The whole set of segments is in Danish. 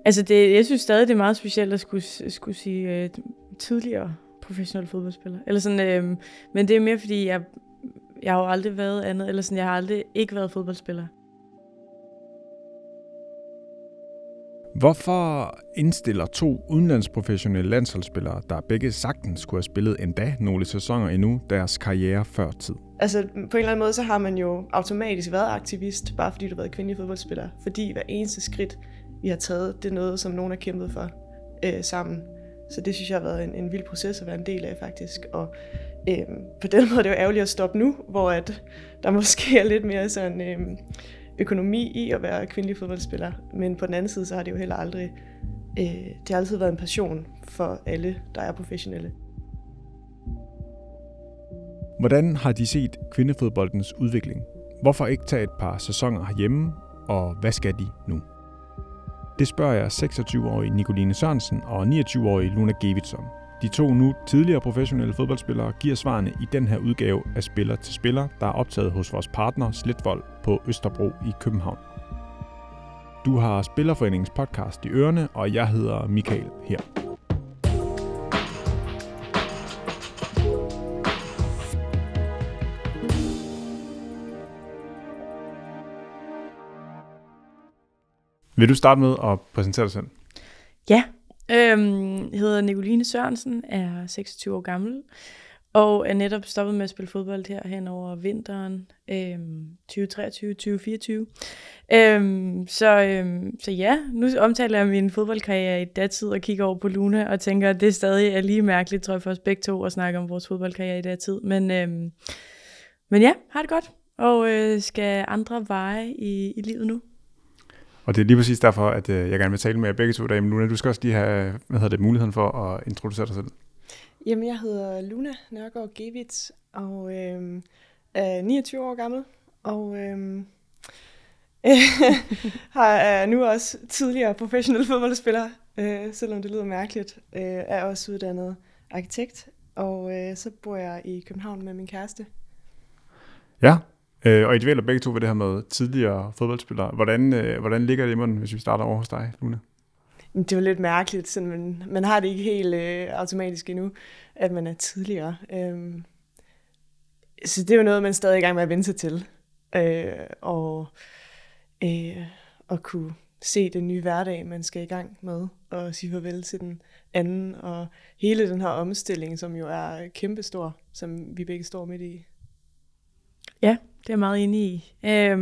Altså, jeg synes stadig, det er meget specielt at skulle sige tidligere professionel fodboldspiller. Eller sådan, men det er mere fordi, jeg har jo aldrig været andet, eller sådan, jeg har aldrig ikke været fodboldspiller. Hvorfor indstiller 2 udenlandsprofessionelle landsholdsspillere, der begge sagtens skulle have spillet endda nogle sæsoner endnu, deres karriere før tid? Altså på en eller anden måde, så har man jo automatisk været aktivist, bare fordi du har været kvindelig fodboldspiller. Fordi hver eneste skridt, vi har taget, det er noget, som nogen har kæmpet for sammen. Så det synes jeg har været en vild proces at være en del af faktisk. Og på den måde er det jo ærgerligt at stoppe nu, hvor at der måske er lidt mere sådan økonomi i at være kvindelig fodboldspiller. Men på den anden side, så har det jo heller aldrig, det har altid været en passion for alle, der er professionelle. Hvordan har de set kvindefodboldens udvikling? Hvorfor ikke tage et par sæsoner herhjemme, og hvad skal de nu? Det spørger jeg 26-årige Nicoline Sørensen og 29-årige Luna Gevitz om. De 2 nu tidligere professionelle fodboldspillere giver svarene i den her udgave af Spiller til Spiller, der er optaget hos vores partner Sletvold på Østerbro i København. Du har Spillerforeningens podcast i ørerne, og jeg hedder Michael her. Vil du starte med at præsentere dig selv? Ja, jeg hedder Nicoline Sørensen, er 26 år gammel, og er netop stoppet med at spille fodbold her hen over vinteren 2023-2024. Så ja, nu omtaler jeg min fodboldkarriere i datid og kigger over på Luna og tænker, at det stadig er lige mærkeligt, tror jeg, for os begge to at snakke om vores fodboldkarriere i datid. Men ja, har det godt, og skal andre veje i livet nu. Og det er lige præcis derfor, at jeg gerne vil tale med jer begge to i dag. Men Luna, du skal også lige have muligheden for at introducere dig selv. Jamen, jeg hedder Luna Nørgaard Gevitz, og er 29 år gammel, og er nu også tidligere professionel fodboldspiller, selvom det lyder mærkeligt. Er også uddannet arkitekt, og så bor jeg i København med min kæreste. Ja, og I dvæler begge to ved det her med tidligere fodboldspillere. Hvordan ligger det i munden, hvis vi starter over hos dig, Luna? Det er jo lidt mærkeligt, så man har det ikke helt automatisk endnu, at man er tidligere. Så det er jo noget, man stadig er i gang med at vende sig til. Og kunne se den nye hverdag, man skal i gang med, og sige farvel til den anden. Og hele den her omstilling, som jo er kæmpestor, som vi begge står midt i. Ja, det er jeg meget enig i.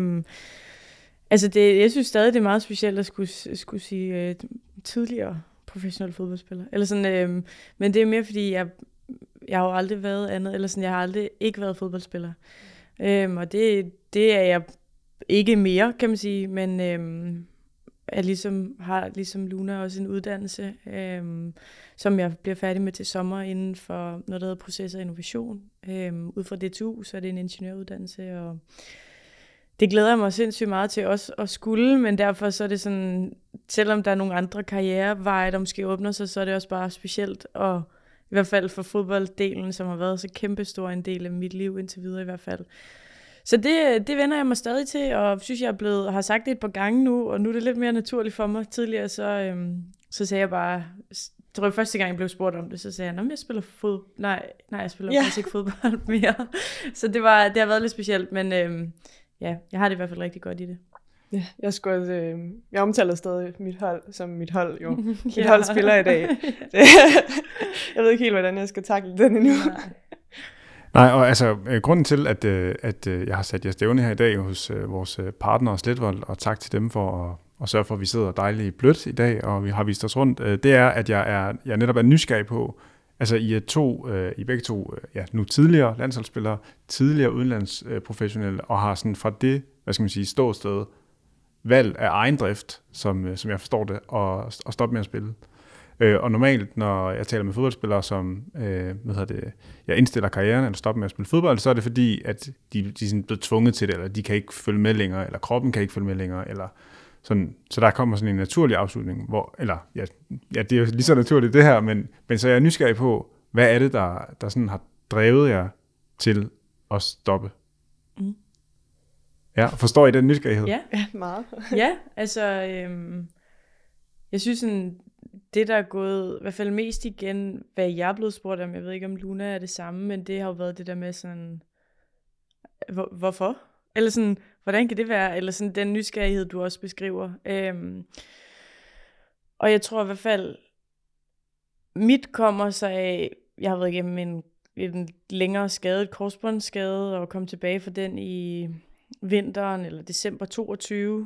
Altså, jeg synes stadig, det er meget specielt at skulle sige tidligere professionel fodboldspiller. Eller sådan, men det er mere fordi, jeg har jo aldrig været andet, eller sådan, jeg har aldrig ikke været fodboldspiller. Og det er jeg ikke mere, kan man sige, men jeg har ligesom Luna også en uddannelse, som jeg bliver færdig med til sommer inden for noget, der hedder proces og innovation. Ud fra DTU, så er det en ingeniøruddannelse, og det glæder jeg mig sindssygt meget til også at skulle, men derfor så er det sådan, selvom der er nogle andre karriereveje, der måske åbner sig, så er det også bare specielt, og i hvert fald for fodbolddelen, som har været så kæmpestor en del af mit liv indtil videre i hvert fald. Så det vender jeg mig stadig til, og synes, jeg har sagt det et par gange nu, og nu er det lidt mere naturligt for mig. Tidligere så sagde jeg bare, tror jeg første gang jeg blev spurgt om det, så sagde jeg, jeg spiller fodbold. Nej, jeg spiller faktisk ikke fodbold mere. Så det har været lidt specielt, men ja, jeg har det i hvert fald rigtig godt i det. Ja, jeg omtaler stadig mit hold som mit hold, jo. Mit hold spiller i dag. Jeg ved ikke helt, hvordan jeg skal takle den endnu. Nej, og altså, grunden til, at jeg har sat jer stævne her i dag hos vores partner Sletvold, og tak til dem for at sørge for, at vi sidder dejligt blødt i dag, og vi har vist os rundt, det er, at jeg netop er nysgerrig på, altså I begge to nu tidligere landsholdsspillere, tidligere udenlandsprofessionelle, og har sådan fra det, ståsted, valg af egen drift, som jeg forstår det, og stoppe med at spille. Og normalt, når jeg taler med fodboldspillere, som jeg indstiller karrieren eller stopper med at spille fodbold, så er det fordi, at de er sådan blevet tvunget til det, eller de kan ikke følge med længere, eller kroppen kan ikke følge med længere, eller sådan. Så der kommer sådan en naturlig afslutning, det er jo lige så naturligt det her, men så er jeg nysgerrig på, hvad er det, der sådan har drevet jer til at stoppe? Mm. Ja, forstår I den nysgerrighed? Ja, meget. Ja, altså Jeg synes sådan, det der er gået, i hvert fald mest igen, hvad jeg er blevet spurgt om, jeg ved ikke om Luna er det samme, men det har jo været det der med sådan, hvorfor? Eller sådan, hvordan kan det være? Eller sådan den nysgerrighed, du også beskriver. Og jeg tror i hvert fald, mit kommer sig af, jeg har været igennem en længere skade, et korsbåndsskade, og kom tilbage fra den i vinteren, eller december 22.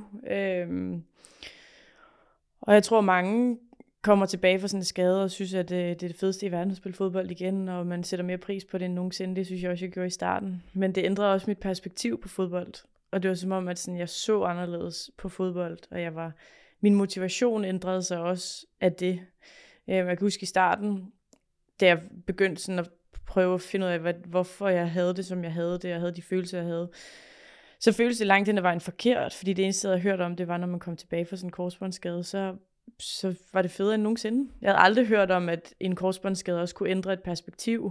Og jeg tror, mange kommer tilbage fra sådan en skade, og synes, at det er det fedeste i verden at spille fodbold igen, og man sætter mere pris på det end nogensinde. Det synes jeg også, jeg gjorde i starten. Men det ændrede også mit perspektiv på fodbold. Og det var som om, at sådan, jeg så anderledes på fodbold, og min motivation ændrede sig også af det. Jeg kan huske i starten, da jeg begyndte sådan at prøve at finde ud af, hvorfor jeg havde det, som jeg havde det, og havde de følelser, jeg havde. Så føltes det langt hen ad vejen forkert, fordi det eneste, jeg havde hørt om, det var, når man kom tilbage fra sådan en korsbåndsskade, så var det federe end nogensinde. Jeg havde aldrig hørt om, at en korsbåndsskade også kunne ændre et perspektiv.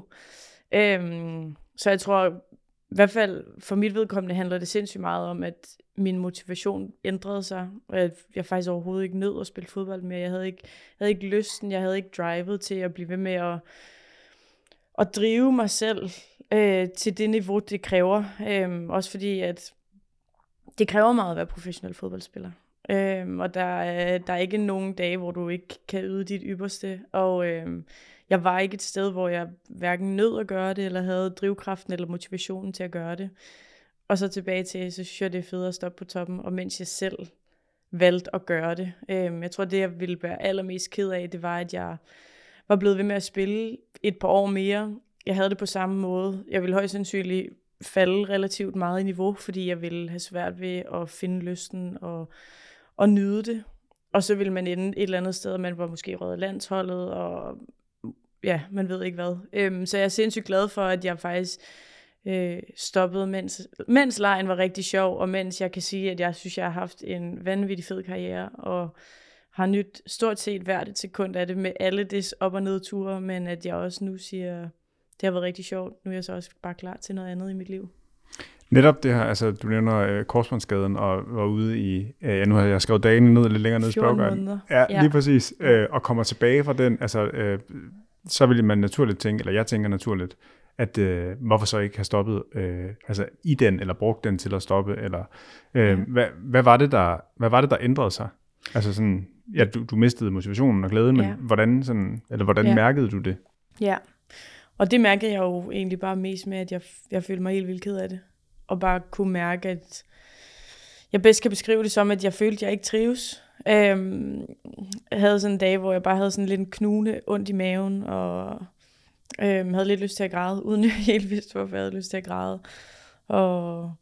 Så jeg tror, i hvert fald for mit vedkommende handler det sindssygt meget om, at min motivation ændrede sig, og jeg faktisk overhovedet ikke nød at spille fodbold mere. Jeg havde ikke lysten, jeg havde ikke drivet til at blive ved med at drive mig selv til det niveau, det kræver. Også fordi, at det kræver meget at være professionel fodboldspiller. Og der er ikke nogen dage, hvor du ikke kan yde dit ypperste. Og jeg var ikke et sted, hvor jeg hverken nød at gøre det, eller havde drivkraften eller motivationen til at gøre det. Og så tilbage til, så synes jeg, det er fedt at stoppe på toppen, og mens jeg selv valgte at gøre det. Jeg tror, det jeg ville være allermest ked af, det var, at jeg var blevet ved med at spille et par år mere. Jeg havde det på samme måde. Jeg ville højst sandsynligt falde relativt meget i niveau, fordi jeg ville have svært ved at finde lysten og nyde det. Og så ville man ende et eller andet sted, man var måske røget landsholdet, og ja, man ved ikke hvad. Så jeg er sindssygt glad for, at jeg faktisk stoppede, mens lejen var rigtig sjov, og mens jeg kan sige, at jeg synes, jeg har haft en vanvittig fed karriere, og har nyt stort set hvert et sekund af det, med alle des op- og nedture, men at jeg også nu siger, det har været rigtig sjovt, nu er jeg så også bare klar til noget andet i mit liv. Netop det her, altså du nævner korsbåndsskaden og var ude i, nu har jeg skrevet dagene ned lidt længere ned i spørgeren. 14 måneder. Ja, lige præcis. Og kommer tilbage fra den, altså så vil man naturligt tænke, eller jeg tænker naturligt, at hvorfor så ikke have stoppet altså i den, eller brugt den til at stoppe, eller hvad var det, der ændrede sig? Altså sådan, ja, du mistede motivationen og glæden, men hvordan mærkede du det? Ja, og det mærkede jeg jo egentlig bare mest med, at jeg følte mig helt vildt ked af det. Og bare kunne mærke, at jeg bedst kan beskrive det som, at jeg følte, at jeg ikke trives. Jeg havde sådan en dag, hvor jeg bare havde sådan lidt en knugende ondt i maven, og havde lidt lyst til at græde, uden jeg helt vidste, hvorfor jeg havde lyst til at græde. Og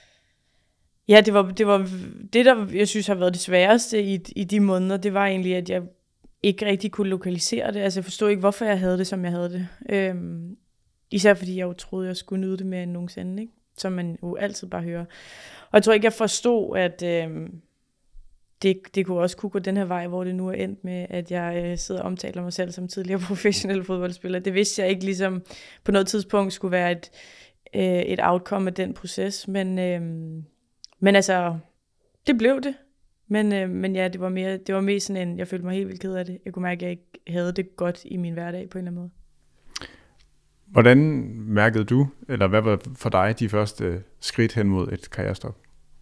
ja, det var det, der jeg synes har været det sværeste i de måneder, det var egentlig, at jeg ikke rigtig kunne lokalisere det. Altså jeg forstod ikke, hvorfor jeg havde det, som jeg havde det. Især fordi jeg jo troede, jeg skulle nyde det mere end nogensinde, ikke? Som man jo altid bare hører. Og jeg tror ikke, jeg forstod, at det kunne også kunne gå den her vej, hvor det nu er endt med, at jeg sidder og omtaler mig selv som tidligere professionel fodboldspiller. Det vidste jeg ikke ligesom på noget tidspunkt skulle være et outcome af den proces. Men altså, det blev det. Men ja, det var mest sådan en, jeg følte mig helt vildt ked af det. Jeg kunne mærke, at jeg ikke havde det godt i min hverdag på en eller anden måde. Hvordan mærkede du, eller hvad var for dig de første skridt hen mod et karrierestop?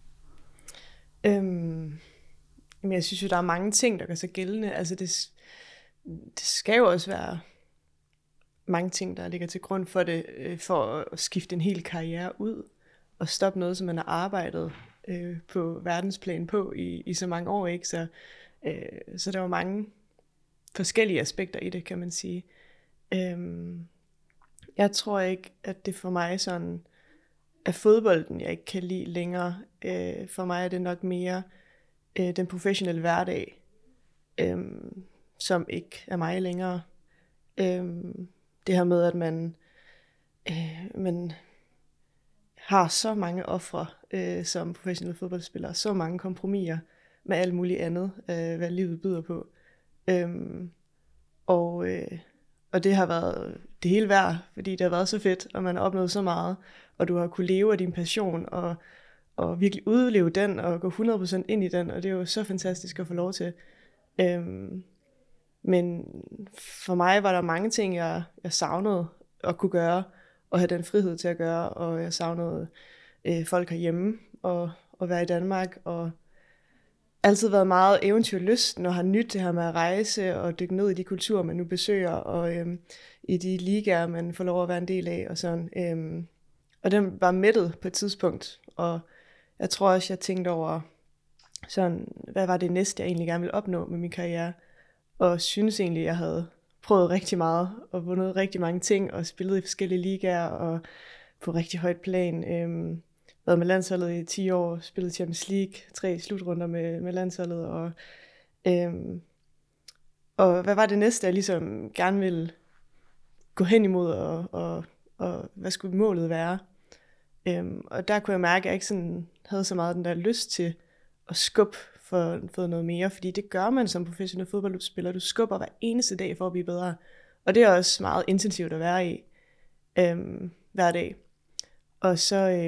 Jeg synes jo, der er mange ting, der gør sig gældende. Altså det skal jo også være mange ting, der ligger til grund for det, for at skifte en hel karriere ud, og stoppe noget, som man har arbejdet på verdensplan på i så mange år, ikke? Så der var mange forskellige aspekter i det, kan man sige. Jeg tror ikke, at det for mig sådan er fodbolden, jeg ikke kan lide længere. For mig er det nok mere den professionelle hverdag, som ikke er mig længere. Det her med, at man har så mange ofre som professionelle fodboldspillere, så mange kompromiser med alt muligt andet, hvad livet byder på. Og det har været det hele værd, fordi det har været så fedt, og man har opnået så meget, og du har kunne leve af din passion, og virkelig udleve den, og gå 100% ind i den, og det er jo så fantastisk at få lov til. Men for mig var der mange ting, jeg savnede at kunne gøre, og have den frihed til at gøre, og jeg savnede folk herhjemme, og være i Danmark, og altid været meget eventyrlysten, og har nyt det her med at rejse, og dykke ned i de kulturer, man nu besøger, og i de ligaer, man får lov at være en del af, og sådan. Og den var mættet på et tidspunkt, og jeg tror også, jeg tænkte over, sådan, hvad var det næste, jeg egentlig gerne ville opnå med min karriere, og synes egentlig, jeg havde prøvet rigtig meget, og vundet rigtig mange ting, og spillet i forskellige ligaer, og på rigtig højt plan. Været med landsholdet i 10 år, spillet Champions League, 3 slutrunder med landsholdet, og hvad var det næste, jeg ligesom gerne ville gå hen imod, og hvad skulle målet være? Og der kunne jeg mærke, at jeg ikke sådan havde så meget den der lyst til at skubbe for noget mere, fordi det gør man som professionel fodboldspiller. Du skubber hver eneste dag for at blive bedre, og det er også meget intensivt at være i hver dag. Og så,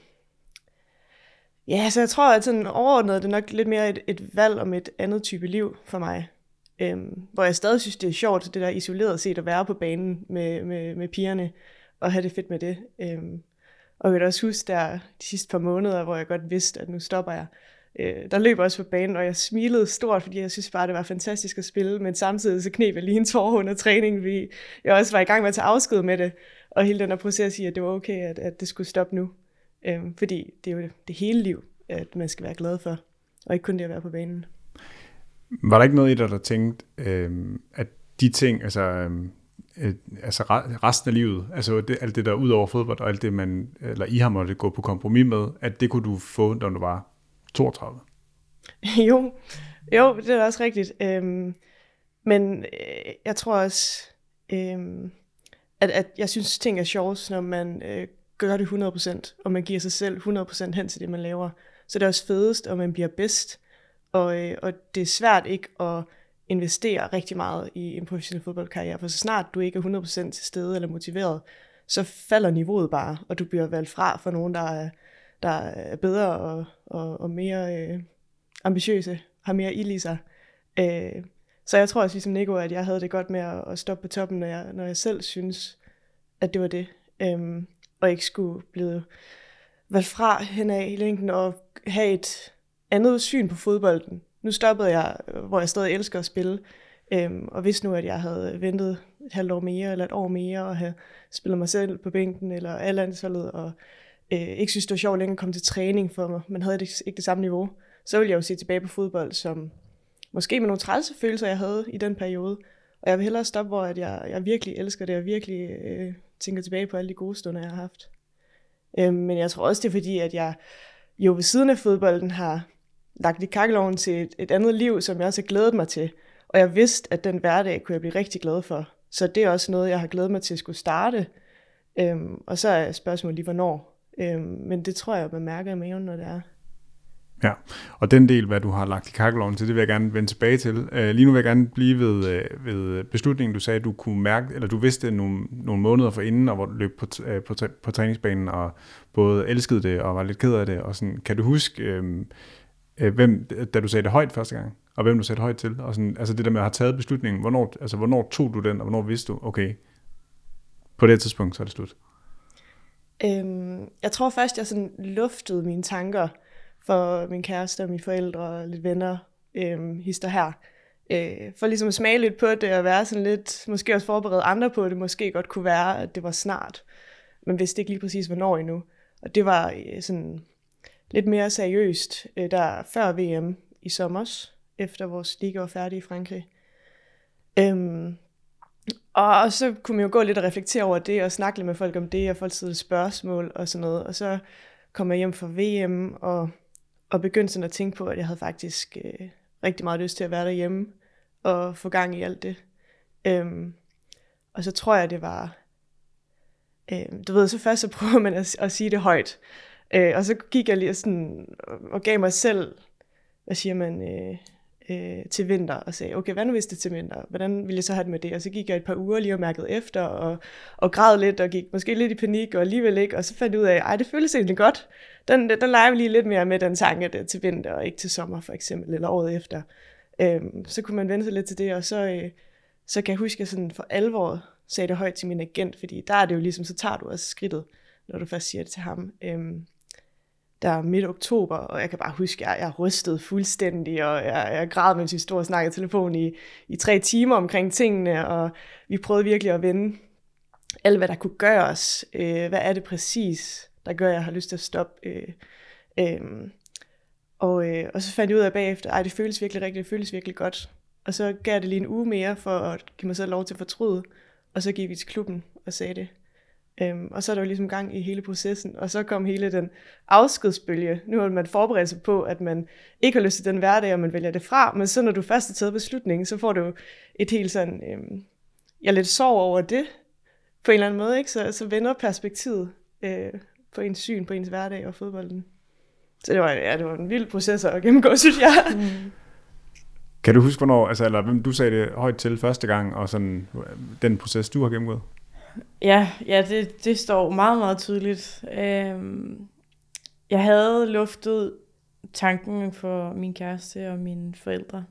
så jeg tror, at sådan overordnet det er nok lidt mere et valg om et andet type liv for mig, hvor jeg stadig synes, det er sjovt, det der isoleret set at være på banen med pigerne, og have det fedt med det. Og jeg kan også huske der de sidste par måneder, hvor jeg godt vidste, at nu stopper jeg. Der løb også på banen, og jeg smilede stort, fordi jeg synes bare, det var fantastisk at spille, men samtidig så kneb jeg lige en tåre under træningen, fordi jeg også var i gang med at tage afsked med det, og hele den der proces i, at det var okay, at det skulle stoppe nu. Fordi det er jo det hele liv, at man skal være glad for, og ikke kun det at være på banen. Var der ikke noget i dig, der tænkte, at de ting, altså resten af livet, altså alt det der ud over fodbold, og alt det, I har måttet gå på kompromis med, at det kunne du få, når du var 32? Jo, det er også rigtigt. Men jeg tror også, at jeg synes, ting er sjovt, når man gør det 100%, og man giver sig selv 100% hen til det, man laver. Så det er også fedest, og man bliver bedst. Og det er svært ikke at investere rigtig meget i en professionel fodboldkarriere, for så snart du ikke er 100% til stede eller motiveret, så falder niveauet bare, og du bliver valgt fra for nogen, der er bedre og mere ambitiøse, har mere ild i sig. Så jeg tror også ligesom Nico, at jeg havde det godt med at stoppe på toppen, når jeg selv synes, at det var det. Og ikke skulle blive valgt fra henad i længden og have et andet syn på fodbolden. Nu stoppede jeg, hvor jeg stadig elsker at spille, og hvis nu, at jeg havde ventet et halvt år mere eller et år mere, og havde spillet mig selv på bænken eller alle landsholdet, og ikke synes, det var sjovt længere at komme til træning, for man havde ikke det samme niveau, så ville jeg jo se tilbage på fodbold, som måske med nogle trælse følelser, jeg havde i den periode. Og jeg vil hellere stoppe, hvor at jeg virkelig elsker det, og virkelig tænker tilbage på alle de gode stunder, jeg har haft. Men jeg tror også, det er fordi, at jeg jo ved siden af fodbolden har lagt i kakkelovnen til et andet liv, som jeg også har glædet mig til. Og jeg vidste, at den hverdag kunne jeg blive rigtig glad for. Så det er også noget, jeg har glædet mig til at skulle starte. Og så er spørgsmålet lige, hvornår. Men det tror jeg, man mærker i maven, når det er. Ja, og den del, hvad du har lagt i kakkelovnen til, det vil jeg gerne vende tilbage til. Lige nu vil jeg gerne blive ved beslutningen, du sagde, du kunne mærke, eller du vidste nogle måneder forinden, og hvor du løb på træningsbanen, og både elskede det, og var lidt ked af det, og sådan. Kan du huske, hvem, da du sagde det højt første gang, og hvem du sagde det højt til, og sådan, altså det der med at have taget beslutningen, hvornår tog du den, og hvornår vidste du, okay, på det tidspunkt, så er det slut? Jeg tror først, jeg sådan luftede mine tanker for min kæreste og mine forældre og lidt venner, hister her. For ligesom at smage lidt på det, og være sådan lidt, måske også forberede andre på det, måske godt kunne være, at det var snart. Men vidste ikke lige præcis, hvornår endnu. Og det var sådan lidt mere seriøst, der før VM i sommer, efter vores liga var færdig i Frankrig. Og så kunne man jo gå lidt og reflektere over det, og snakke lidt med folk om det, og folk stillede spørgsmål og sådan noget. Og så kom jeg hjem fra VM, og begyndte sådan at tænke på, at jeg havde faktisk rigtig meget lyst til at være derhjemme, og få gang i alt det. Og så tror jeg, det var, du ved, så først så prøver man at sige det højt. Og så gik jeg lige sådan, og gav mig selv, hvad siger man, til vinter, og sagde, okay, hvad nu hvis det til vinter? Hvordan ville jeg så have det med det? Og så gik jeg et par uger lige og mærkede efter, og græd lidt, og gik måske lidt i panik, og alligevel ikke, og så fandt jeg ud af, det føles egentlig godt. Den leger vi lige lidt mere med den tanke, det til vinter, og ikke til sommer for eksempel, eller året efter. Så kunne man vende sig lidt til det, og så kan jeg huske, at jeg sådan for alvor sagde det højt til min agent, fordi der er det jo ligesom, så tager du også skridtet, når du først siger det til ham. Der er midt oktober, og jeg kan bare huske, at jeg rystede fuldstændig, og jeg græd, mens vi stod og snakkede telefon i 3 timer omkring tingene, og vi prøvede virkelig at vende alt, hvad der kunne gøres. Hvad er det præcis, der gør, at jeg har lyst til at stoppe? Og så fandt jeg ud af bagefter, det føles virkelig rigtigt, det føles virkelig godt. Og så gav det lige en uge mere, for at give mig selv lov til at fortryde, og så gik vi til klubben og sagde det. Og så er der jo ligesom gang i hele processen, og så kom hele den afskedsbølge. Nu har man forberedt sig på, at man ikke har lyst til den hverdag, og man vælger det fra, men så når du først har taget beslutningen, så får du et helt sådan, lidt sorg over det, på en eller anden måde, ikke? Så vender perspektivet på ens syn, på ens hverdag og fodbolden. Så det var en vild proces at gennemgå, synes jeg. Kan du huske, hvornår, eller hvem du sagde det højt til første gang, og sådan den proces, du har gennemgået? Ja, det står meget, meget tydeligt. Jeg havde luftet tanken for min kæreste og mine forældre.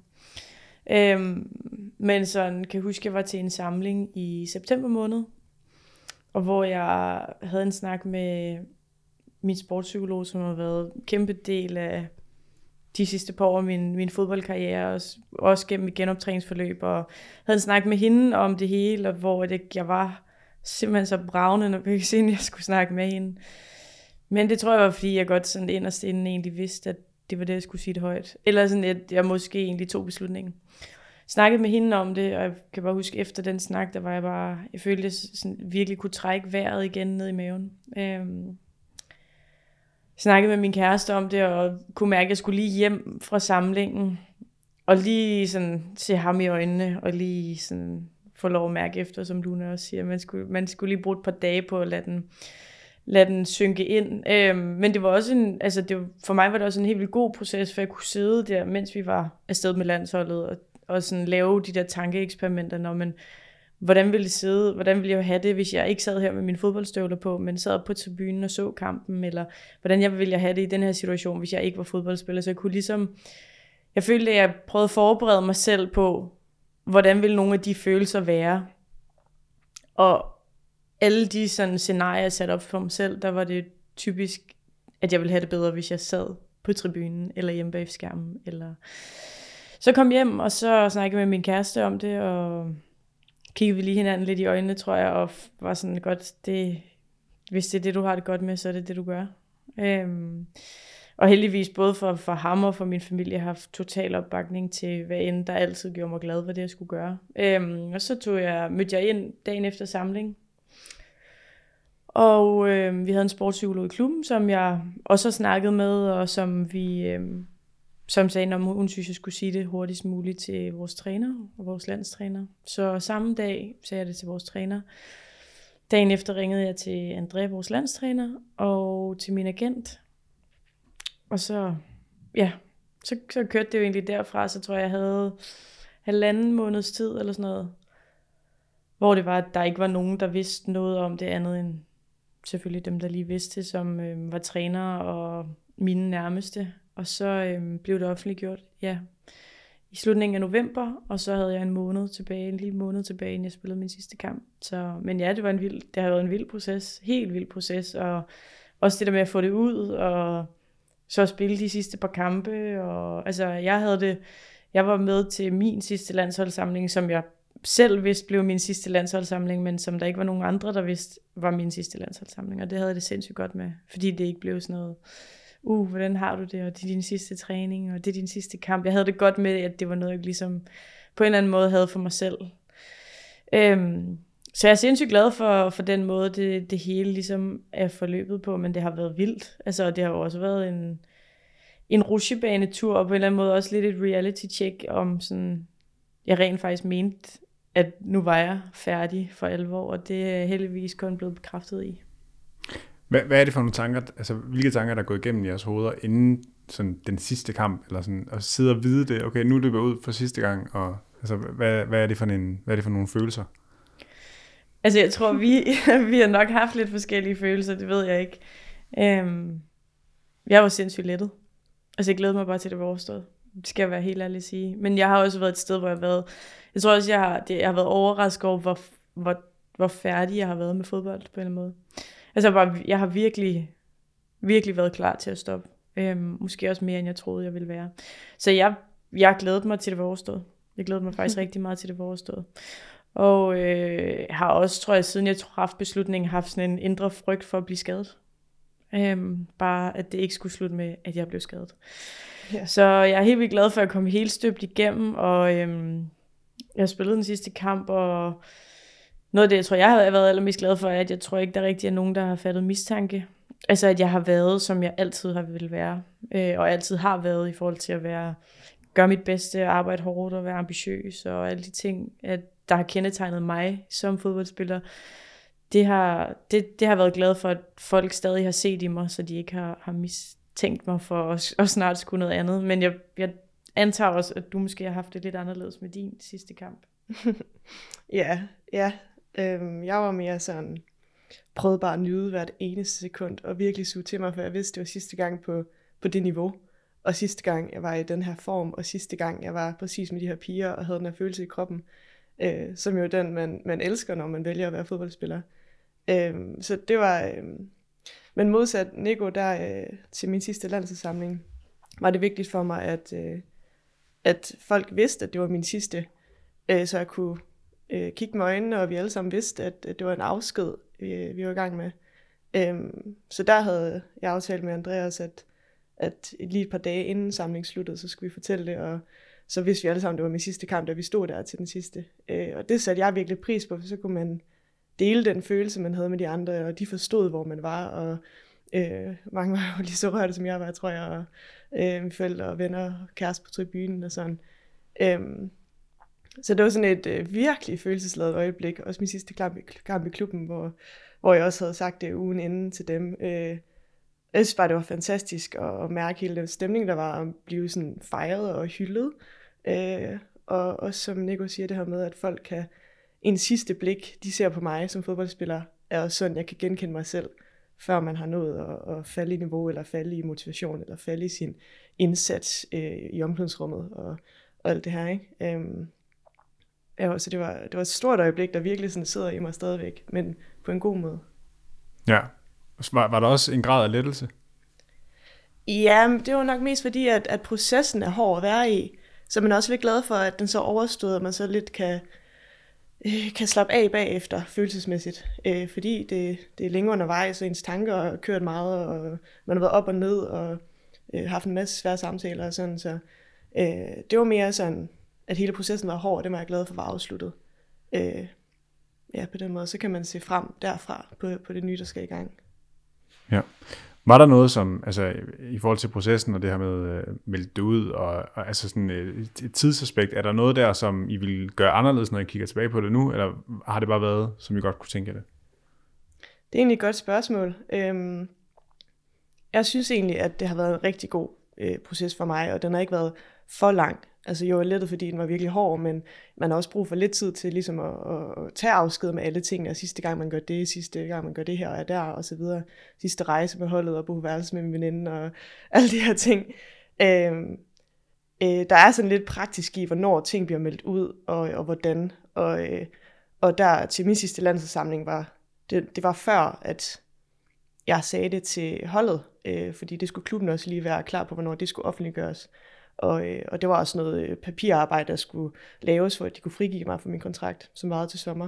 Men sådan, kan jeg huske, jeg var til en samling i september måned, og hvor jeg havde en snak med min sportspsykolog, som har været en kæmpe del af de sidste par år af min fodboldkarriere, også gennem et genoptræningsforløb, og havde en snak med hende om det hele, og hvor jeg var simpelthen så bravende nervøs, inden jeg skulle snakke med hende. Men det tror jeg var, fordi jeg godt sådan inderst inden egentlig vidste, at det var det, jeg skulle sige det højt. Eller sådan, at jeg måske egentlig tog beslutningen. Snakkede med hende om det, og jeg kan bare huske, efter den snak, der var jeg følte, at jeg sådan virkelig kunne trække vejret igen ned i maven. Snakkede med min kæreste om det, og kunne mærke, at jeg skulle lige hjem fra samlingen, og lige sådan se ham i øjnene, og lige sådan få lov at mærke efter, som Luna også siger. Man skulle lige bruge et par dage på at lade den synke ind. Men det var også for mig var det også en helt vildt god proces, for jeg kunne sidde der, mens vi var afsted med landsholdet, og sådan lave de der tankeeksperimenter, hvordan ville jeg have det, hvis jeg ikke sad her med mine fodboldstøvler på, men sad på tribunen og så kampen, eller hvordan ville jeg have det i den her situation, hvis jeg ikke var fodboldspiller. Så jeg kunne jeg følte, at jeg prøvede at forberede mig selv på, hvordan ville nogle af de følelser være. Og alle de sådan scenarier, jeg satte op for mig selv, der var det typisk, at jeg ville have det bedre, hvis jeg sad på tribunen, eller hjemme bag skærmen. Så kom hjem, og så snakkede jeg med min kæreste om det, og kiggede vi lige hinanden lidt i øjnene, tror jeg, og var sådan godt, hvis det er det, du har det godt med, så er det det, du gør. Og heldigvis både for ham og for min familie har haft total opbakning til, hvad end der altid gjorde mig glad, hvad det jeg skulle gøre. Og så mødte jeg ind dagen efter samling. Og vi havde en sportspsykolog i klubben, som jeg også har snakket med, og som sagde, om hun synes, jeg skulle sige det hurtigst muligt til vores træner og vores landstræner. Så samme dag sagde jeg det til vores træner. Dagen efter ringede jeg til André, vores landstræner, og til min agent. Og så kørte det jo egentlig derfra, så tror jeg havde 1,5 måneds tid eller sådan noget, hvor det var, at der ikke var nogen, der vidste noget om det andet end selvfølgelig dem, der lige vidste, som var trænere og mine nærmeste. Og så blev det offentliggjort, i slutningen af november, og så havde jeg en lille måned tilbage, inden jeg spillede min sidste kamp. Men ja, det har været en vild proces, helt vild proces, og også det der med at få det ud, og så spille de sidste par kampe, og altså jeg var med til min sidste landsholdssamling, som jeg selv vidste blev min sidste landsholdssamling, men som der ikke var nogen andre, der vidste var min sidste landsholdssamling, og det havde jeg det sindssygt godt med, fordi det ikke blev sådan noget, hvordan har du det, og det er din sidste træning, og det er din sidste kamp. Jeg havde det godt med, at det var noget, jeg ligesom på en eller anden måde havde for mig selv. Så jeg er sindssygt glad for den måde, det hele ligesom er forløbet på, men det har været vildt. Altså, det har jo også været en rutsjebanetur, og på en eller anden måde også lidt et reality check om sådan, jeg rent faktisk mente, at nu var jeg færdig for alvor, og det er heldigvis kun blevet bekræftet i. Hvad er det for nogle tanker, altså hvilke tanker, der er gået igennem jeres hoveder, inden sådan den sidste kamp, eller sådan, at sidde og vide det, okay, nu løber jeg ud for sidste gang, og altså, hvad er det for nogle følelser? Altså, jeg tror, vi har nok haft lidt forskellige følelser, det ved jeg ikke. Jeg var sindssygt lettet. Altså, jeg glæder mig bare til, det var overstået. skal jeg være helt ærlig at sige. Men jeg har også været et sted, hvor jeg tror også, jeg har været overrasket over, hvor færdig jeg har været med fodbold på en måde. Altså jeg har virkelig, virkelig været klar til at stoppe. Måske også mere, end jeg troede, jeg ville være. Så jeg glædede mig til det var overstået. Jeg glædede mig faktisk rigtig meget til det var overstået. Og har også, tror jeg, siden jeg haft beslutningen, haft sådan en indre frygt for at blive skadet. Bare at det ikke skulle slutte med, at jeg blev skadet. Yeah. Så jeg er helt vildt glad for, at jeg kom helt støbt igennem, og jeg spillede den sidste kamp, og noget af det, jeg tror, jeg har været allermest glad for, er, at jeg tror ikke, der rigtig er nogen, der har fattet mistanke. Altså, at jeg har været, som jeg altid har ville være, og altid har været i forhold til at gøre mit bedste, arbejde hårdt og være ambitiøs, og alle de ting, der har kendetegnet mig som fodboldspiller. Det har været glad for, at folk stadig har set i mig, så de ikke har mistænkt mig for at snart skulle noget andet. Men jeg antager også, at du måske har haft det lidt anderledes med din sidste kamp. Ja. Jeg var mere sådan, prøvede bare at nyde hvert eneste sekund, og virkelig suge til mig, for jeg vidste, det var sidste gang på det niveau, og sidste gang jeg var i den her form, og sidste gang jeg var præcis med de her piger, og havde den her følelse i kroppen, som jo den, man elsker, når man vælger at være fodboldspiller. Så det var, men modsat Nico, der til min sidste landsholdssamling, var det vigtigt for mig, at folk vidste, at det var min sidste, så jeg kunne kigge med øjnene, og vi alle sammen vidste, at det var en afsked, vi var i gang med. Så der havde jeg aftalt med Andreas, at lige et par dage inden samlingen sluttede, så skulle vi fortælle det, og så vidste vi alle sammen, det var min sidste kamp, da vi stod der til den sidste. Og det satte jeg virkelig pris på, for så kunne man dele den følelse, man havde med de andre, og de forstod, hvor man var, og mange var jo lige så rørte, som jeg var, tror jeg, og mine forældre og venner og kæreste på tribunen og sådan. Så det var sådan et virkelig følelsesladet øjeblik, også min sidste kamp i klubben, hvor jeg også havde sagt det ugen inden til dem. Jeg synes bare, det var fantastisk at mærke hele den stemning, der var, at blive sådan fejret og hyldet. Og også som Nico siger, det her med, at folk kan en sidste blik, de ser på mig som fodboldspiller, er også sådan, jeg kan genkende mig selv, før man har nået at falde i niveau, eller falde i motivation, eller falde i sin indsats i omklædningsrummet, og alt det her, ikke? Så det var et stort øjeblik, der virkelig sådan sidder i mig stadigvæk, men på en god måde. Ja. Var der også en grad af lettelse? Ja, det var nok mest fordi, at processen er hård at være i, så man er også lidt glad for, at den så overstået, og man så lidt kan slappe af bagefter følelsesmæssigt, fordi det er længe undervejs, og ens tanker har kørt meget, og man har været op og ned, og haft en masse svære samtaler og sådan, så det var mere sådan, at hele processen var hård, og det var jeg glad for var afsluttet. Ja, på den måde, så kan man se frem derfra på det nye, der skal i gang. Ja. Var der noget som, altså i forhold til processen og det her med meldt ud, og altså sådan et tidsaspekt, er der noget der, som I vil gøre anderledes, når I kigger tilbage på det nu, eller har det bare været, som I godt kunne tænke det? Det er egentlig et godt spørgsmål. Jeg synes egentlig, at det har været en rigtig god proces for mig, og den har ikke været for lang. Altså jo lettet, fordi den var virkelig hård, men man har også brug for lidt tid til ligesom at tage afsked med alle tingene, og sidste gang man gør det, sidste gang man gør det her og er der, og så videre. Sidste rejse med holdet og bo på værelse med min veninde, og alle de her ting. Der er sådan lidt praktisk i, hvornår ting bliver meldt ud, og hvordan. Og der til min sidste landsholdssamling det var før, at jeg sagde det til holdet, fordi det skulle klubben også lige være klar på, hvornår det skulle offentliggøres. Og det var også noget papirarbejde, der skulle laves, for at de kunne frigive mig for min kontrakt, som varede til sommer.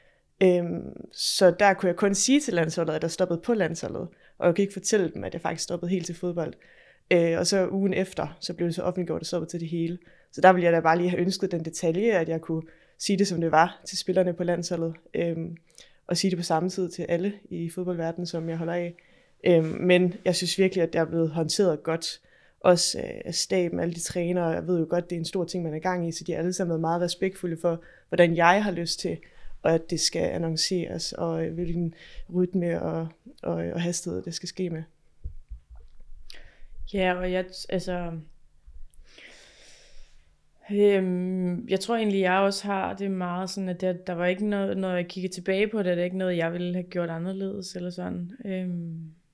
Så der kunne jeg kun sige til landsholdet, at jeg stoppede på landsholdet, og jeg kunne ikke fortælle dem, at jeg faktisk stoppede helt til fodbold. Og så ugen efter, så blev det så offentliggjort og stoppet til det hele. Så der ville jeg da bare lige have ønsket den detalje, at jeg kunne sige det, som det var til spillerne på landsholdet, og sige det på samme tid til alle i fodboldverdenen, som jeg holder af. Men jeg synes virkelig, at det er blevet håndteret godt, også af staben, alle de trænere. Jeg ved jo godt, det er en stor ting, man er i gang i, så de har alle sammen været meget respektfulde for, hvordan jeg har lyst til, og at det skal annonceres, og hvilken rytme og hastighed det skal ske med. Ja, og jeg tror egentlig, jeg også har det meget sådan, at der var ikke noget, når jeg kigger tilbage på det, er det ikke noget, jeg ville have gjort anderledes, eller sådan.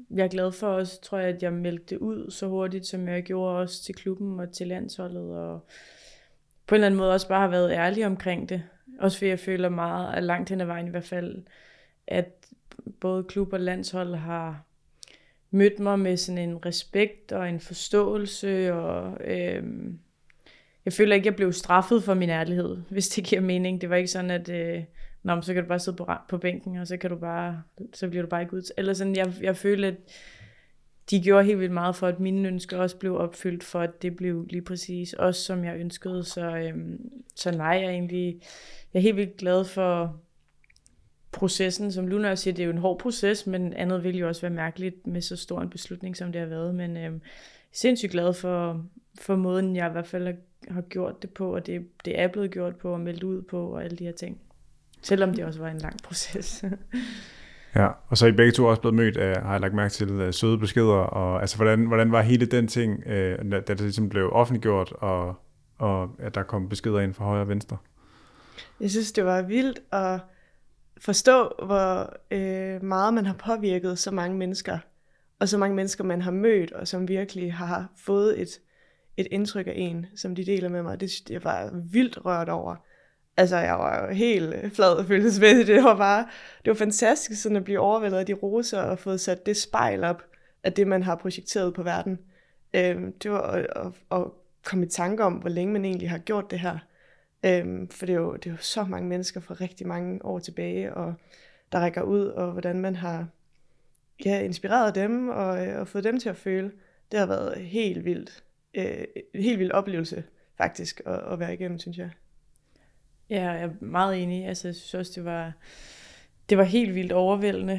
jeg er glad for også, tror jeg, at jeg meldte det ud så hurtigt, som jeg gjorde også til klubben og til landsholdet, og på en eller anden måde også bare har været ærlig omkring det. Også fordi jeg føler meget, at langt hen ad vejen i hvert fald, at både klub og landshold har mødt mig med sådan en respekt og en forståelse, og jeg føler ikke, at jeg blev straffet for min ærlighed, hvis det giver mening. Det var ikke sådan, at så kan du bare sidde på bænken, og så bliver du bare ikke ud. Eller sådan, jeg føler, at de gjorde helt vildt meget for, at mine ønsker også blev opfyldt, for at det blev lige præcis også, som jeg ønskede. Så nej, jeg er helt vildt glad for processen. Som Luna også siger, det er jo en hård proces, men andet vil jo også være mærkeligt med så stor en beslutning, som det har været. Men jeg er sindssygt glad for måden, jeg i hvert fald har gjort det på, og det er blevet gjort på, og meldt ud på, og alle de her ting. Selvom det også var en lang proces. Ja, og så er I begge to også blevet mødt af, har jeg lagt mærke til, søde beskeder, og altså hvordan var hele den ting, da det ligesom blev offentliggjort, og at der kom beskeder ind fra højre og venstre? Jeg synes, det var vildt at forstå, hvor meget man har påvirket så mange mennesker, og så mange mennesker, man har mødt, og som virkelig har fået et indtryk af en, som de deler med mig. Det var vildt rørt over. Altså, jeg var jo helt flad følelsesmæssigt. Det var fantastisk sådan at blive overvældet af de roser og fået sat det spejl op af det, man har projekteret på verden. Det var at komme i tanke om, hvor længe man egentlig har gjort det her. For det er jo så mange mennesker fra rigtig mange år tilbage, og der rækker ud, og hvordan man har inspireret dem og fået dem til at føle. Det har været helt vild oplevelse faktisk at være igennem, synes jeg. Ja, jeg er meget enig. Altså, jeg synes også, det var helt vildt overvældende.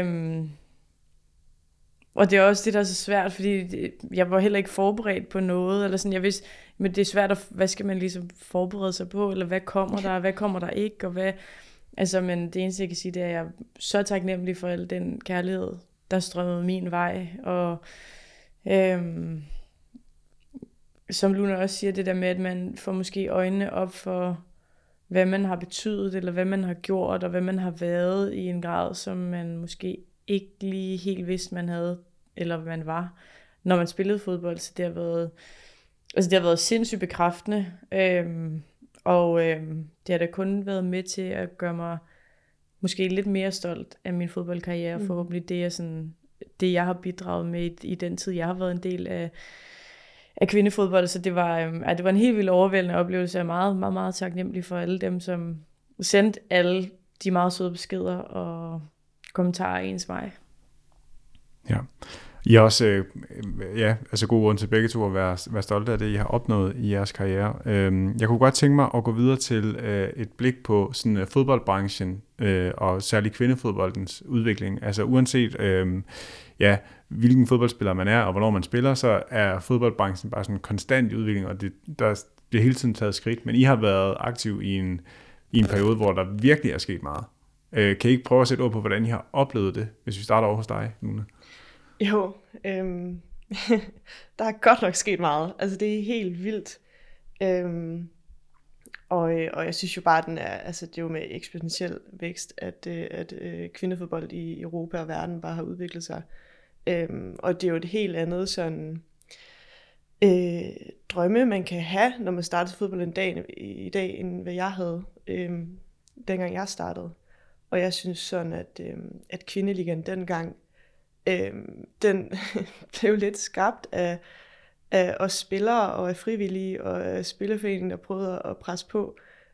Og det er også det, der er så svært, fordi jeg var heller ikke forberedt på noget, eller sådan, jeg vidste, men det er svært, hvad skal man ligesom forberede sig på, eller hvad kommer der, hvad kommer der ikke, og hvad, altså, men det eneste, jeg kan sige, det er, at jeg er så taknemmelig for al den kærlighed, der strømmede min vej, og som Luna også siger, det der med, at man får måske øjnene op for, hvad man har betydet, eller hvad man har gjort, og hvad man har været i en grad, som man måske ikke lige helt vidste, man havde, eller hvad man var, når man spillede fodbold. Så det har været sindssygt bekræftende, og det har da kun været med til at gøre mig måske lidt mere stolt af min fodboldkarriere, forhåbentlig det jeg har bidraget med i den tid, jeg har været en del af kvindefodbold. Så det var en helt vildt overvældende oplevelse. Jeg er meget, meget, meget taknemmelig for alle dem, som sendte alle de meget søde beskeder og kommentarer ens vej. Ja. I har også god grund til begge to at være stolte af det, I har opnået i jeres karriere. Jeg kunne godt tænke mig at gå videre til et blik på sådan fodboldbranchen og særligt kvindefodboldens udvikling. Altså uanset hvilken fodboldspiller man er og hvornår man spiller, så er fodboldbranchen bare sådan en konstant udvikling, og der bliver hele tiden taget skridt. Men I har været aktiv i en periode, hvor der virkelig er sket meget. Kan I ikke prøve at sætte ord på, hvordan I har oplevet det, hvis vi starter over hos dig, Luna? Jo, der er godt nok sket meget. Altså, det er helt vildt. Og jeg synes jo bare, det er jo med eksponentiel vækst, at kvindefodbold i Europa og verden bare har udviklet sig. Og det er jo et helt andet sådan drømme, man kan have, når man starter fodbold i dag, end hvad jeg havde, dengang jeg startede. Og jeg synes sådan, at kvindeligaen dengang, den blev lidt skabt af os spillere og af frivillige og af spillerforeningen, der prøvede at presse på.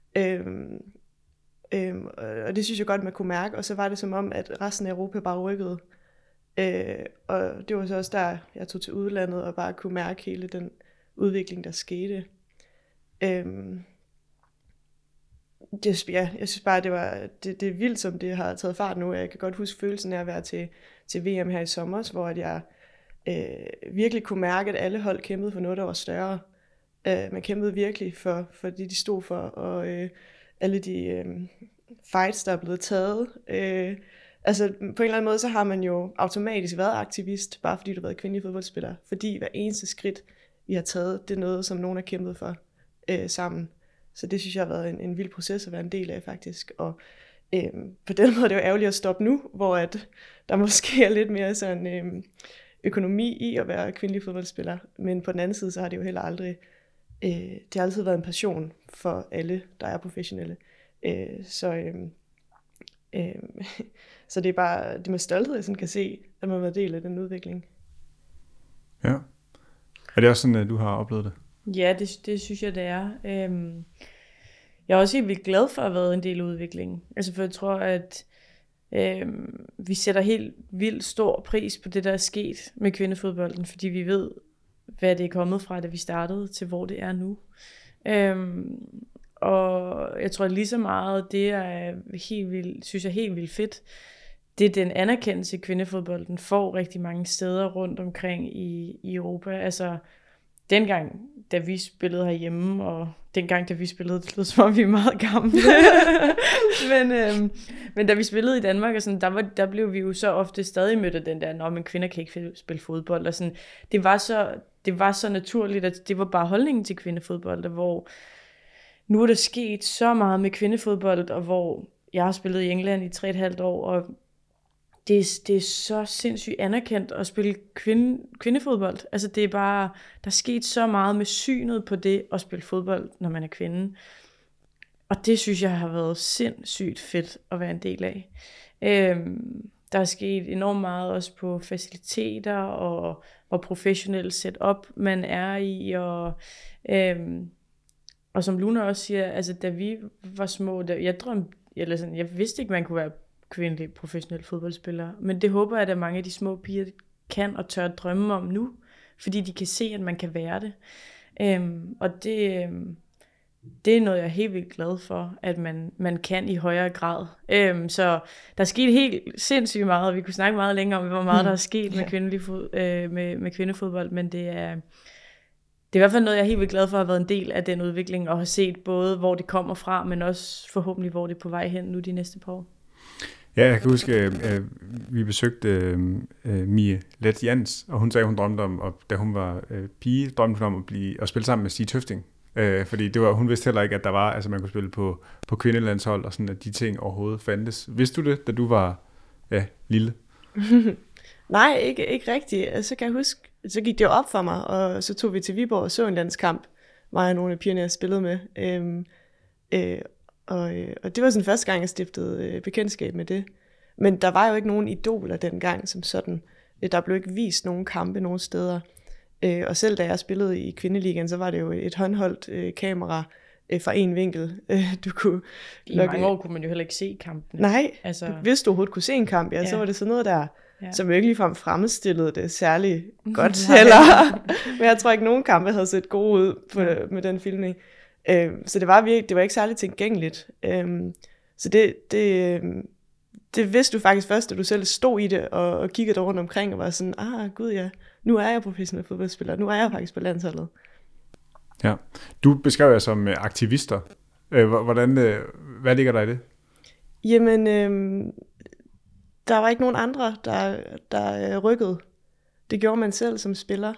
Og det synes jeg godt, man kunne mærke. Og så var det som om, at resten af Europa bare rykkede. Og det var så også der, jeg tog til udlandet og bare kunne mærke hele den udvikling, der skete. Jeg synes bare, det er vildt, som det har taget fart nu. Jeg kan godt huske følelsen af at være til VM her i sommer, hvor jeg virkelig kunne mærke, at alle hold kæmpede for noget, der var større. Man kæmpede virkelig for det, de stod for, og alle de fights, der er blevet taget. Altså på en eller anden måde, så har man jo automatisk været aktivist, bare fordi du har været kvindelig fodboldspiller. Fordi hver eneste skridt, vi har taget, det er noget, som nogen har kæmpet for sammen. Så det synes jeg har været en vild proces at være en del af faktisk. Og På den måde er det jo ærgerligt at stoppe nu, hvor at der måske er lidt mere sådan økonomi i at være kvindelig fodboldspiller, men på den anden side, så har det jo heller aldrig, det har altid været en passion for alle, der er professionelle. Så det er bare det med stolthed, jeg sådan kan se, at man har været del af den udvikling. Ja. Er det også sådan, at du har oplevet det? Ja, det synes jeg, det er. Jeg er også helt vildt glad for at have været en del af udviklingen. Altså for jeg tror, at vi sætter helt vildt stor pris på det, der er sket med kvindefodbolden, fordi vi ved, hvad det er kommet fra, da vi startede, til hvor det er nu. Og jeg tror lige så meget, det er helt vildt, synes jeg helt vildt fedt, det er den anerkendelse, kvindefodbolden får rigtig mange steder rundt omkring i Europa. Altså dengang, da vi spillede herhjemme, og dengang, da vi spillede, det lød som om vi er meget gamle. men da vi spillede i Danmark, og sådan, der blev vi jo så ofte stadig mødt af den der, men kvinder kan ikke spille fodbold. Og sådan, det var så naturligt, at det var bare holdningen til kvindefodbold, hvor nu er der sket så meget med kvindefodbold, og hvor jeg har spillet i England i 3,5 år, og det er så sindssygt anerkendt at spille kvindefodbold. Altså det er bare, der er sket så meget med synet på det at spille fodbold, når man er kvinde. Og det synes jeg har været sindssygt fedt at være en del af. Der er sket enormt meget også på faciliteter og hvor professionelt setup man er i. Og som Luna også siger, altså da vi var små, jeg vidste ikke, man kunne være kvindelig professionel fodboldspiller, men det håber jeg, at mange af de små piger kan og tør drømme om nu, fordi de kan se, at man kan være det. Og det er noget, jeg er helt vildt glad for, at man kan i højere grad. Så der er sket helt sindssygt meget, og vi kunne snakke meget længere om, hvor meget der er sket med kvindefodbold, men det er i hvert fald noget, jeg er helt vildt glad for at have været en del af den udvikling, og have set både, hvor det kommer fra, men også forhåbentlig, hvor det er på vej hen nu de næste par år. Ja, jeg kan huske, at vi besøgte Mie Let Jans, og hun sagde, hun drømte om, og da hun var pige, drømte hun om at spille sammen med Stig Tøfting. Fordi hun vidste heller ikke, at der var, altså man kunne spille på kvindelandshold, og sådan, at de ting overhovedet fandtes. Vidste du det, da du var lille? Nej, ikke rigtigt. Så kan jeg huske, så gik det jo op for mig, og så tog vi til Viborg og så en landskamp, mig og nogle af pigerne, jeg spillede med. Og det var sådan første gang, jeg stiftede bekendtskab med det. Men der var jo ikke nogen idoler dengang som sådan. Der blev ikke vist nogen kampe nogen steder. Og selv da jeg spillede i kvindeligaen, så var det jo et håndholdt kamera fra en vinkel. Du kunne I mange år kunne man jo heller ikke se kampene. Nej, altså hvis du overhovedet kunne se en kamp, så var det sådan noget der, som jo ikke ligefrem fremstillede det særlig godt heller. Men jeg tror ikke, nogen kampe havde set gode ud med den filmning. Så det var ikke særlig tilgængeligt. Så det vidste du faktisk først, da du selv stod i det og kiggede rundt omkring og var sådan, gud ja, nu er jeg professionel fodboldspiller, nu er jeg faktisk på landsholdet. Ja, du beskrev jer som aktivister. Hvad ligger der i det? Jamen, der var ikke nogen andre, der rykkede. Det gjorde man selv som spiller.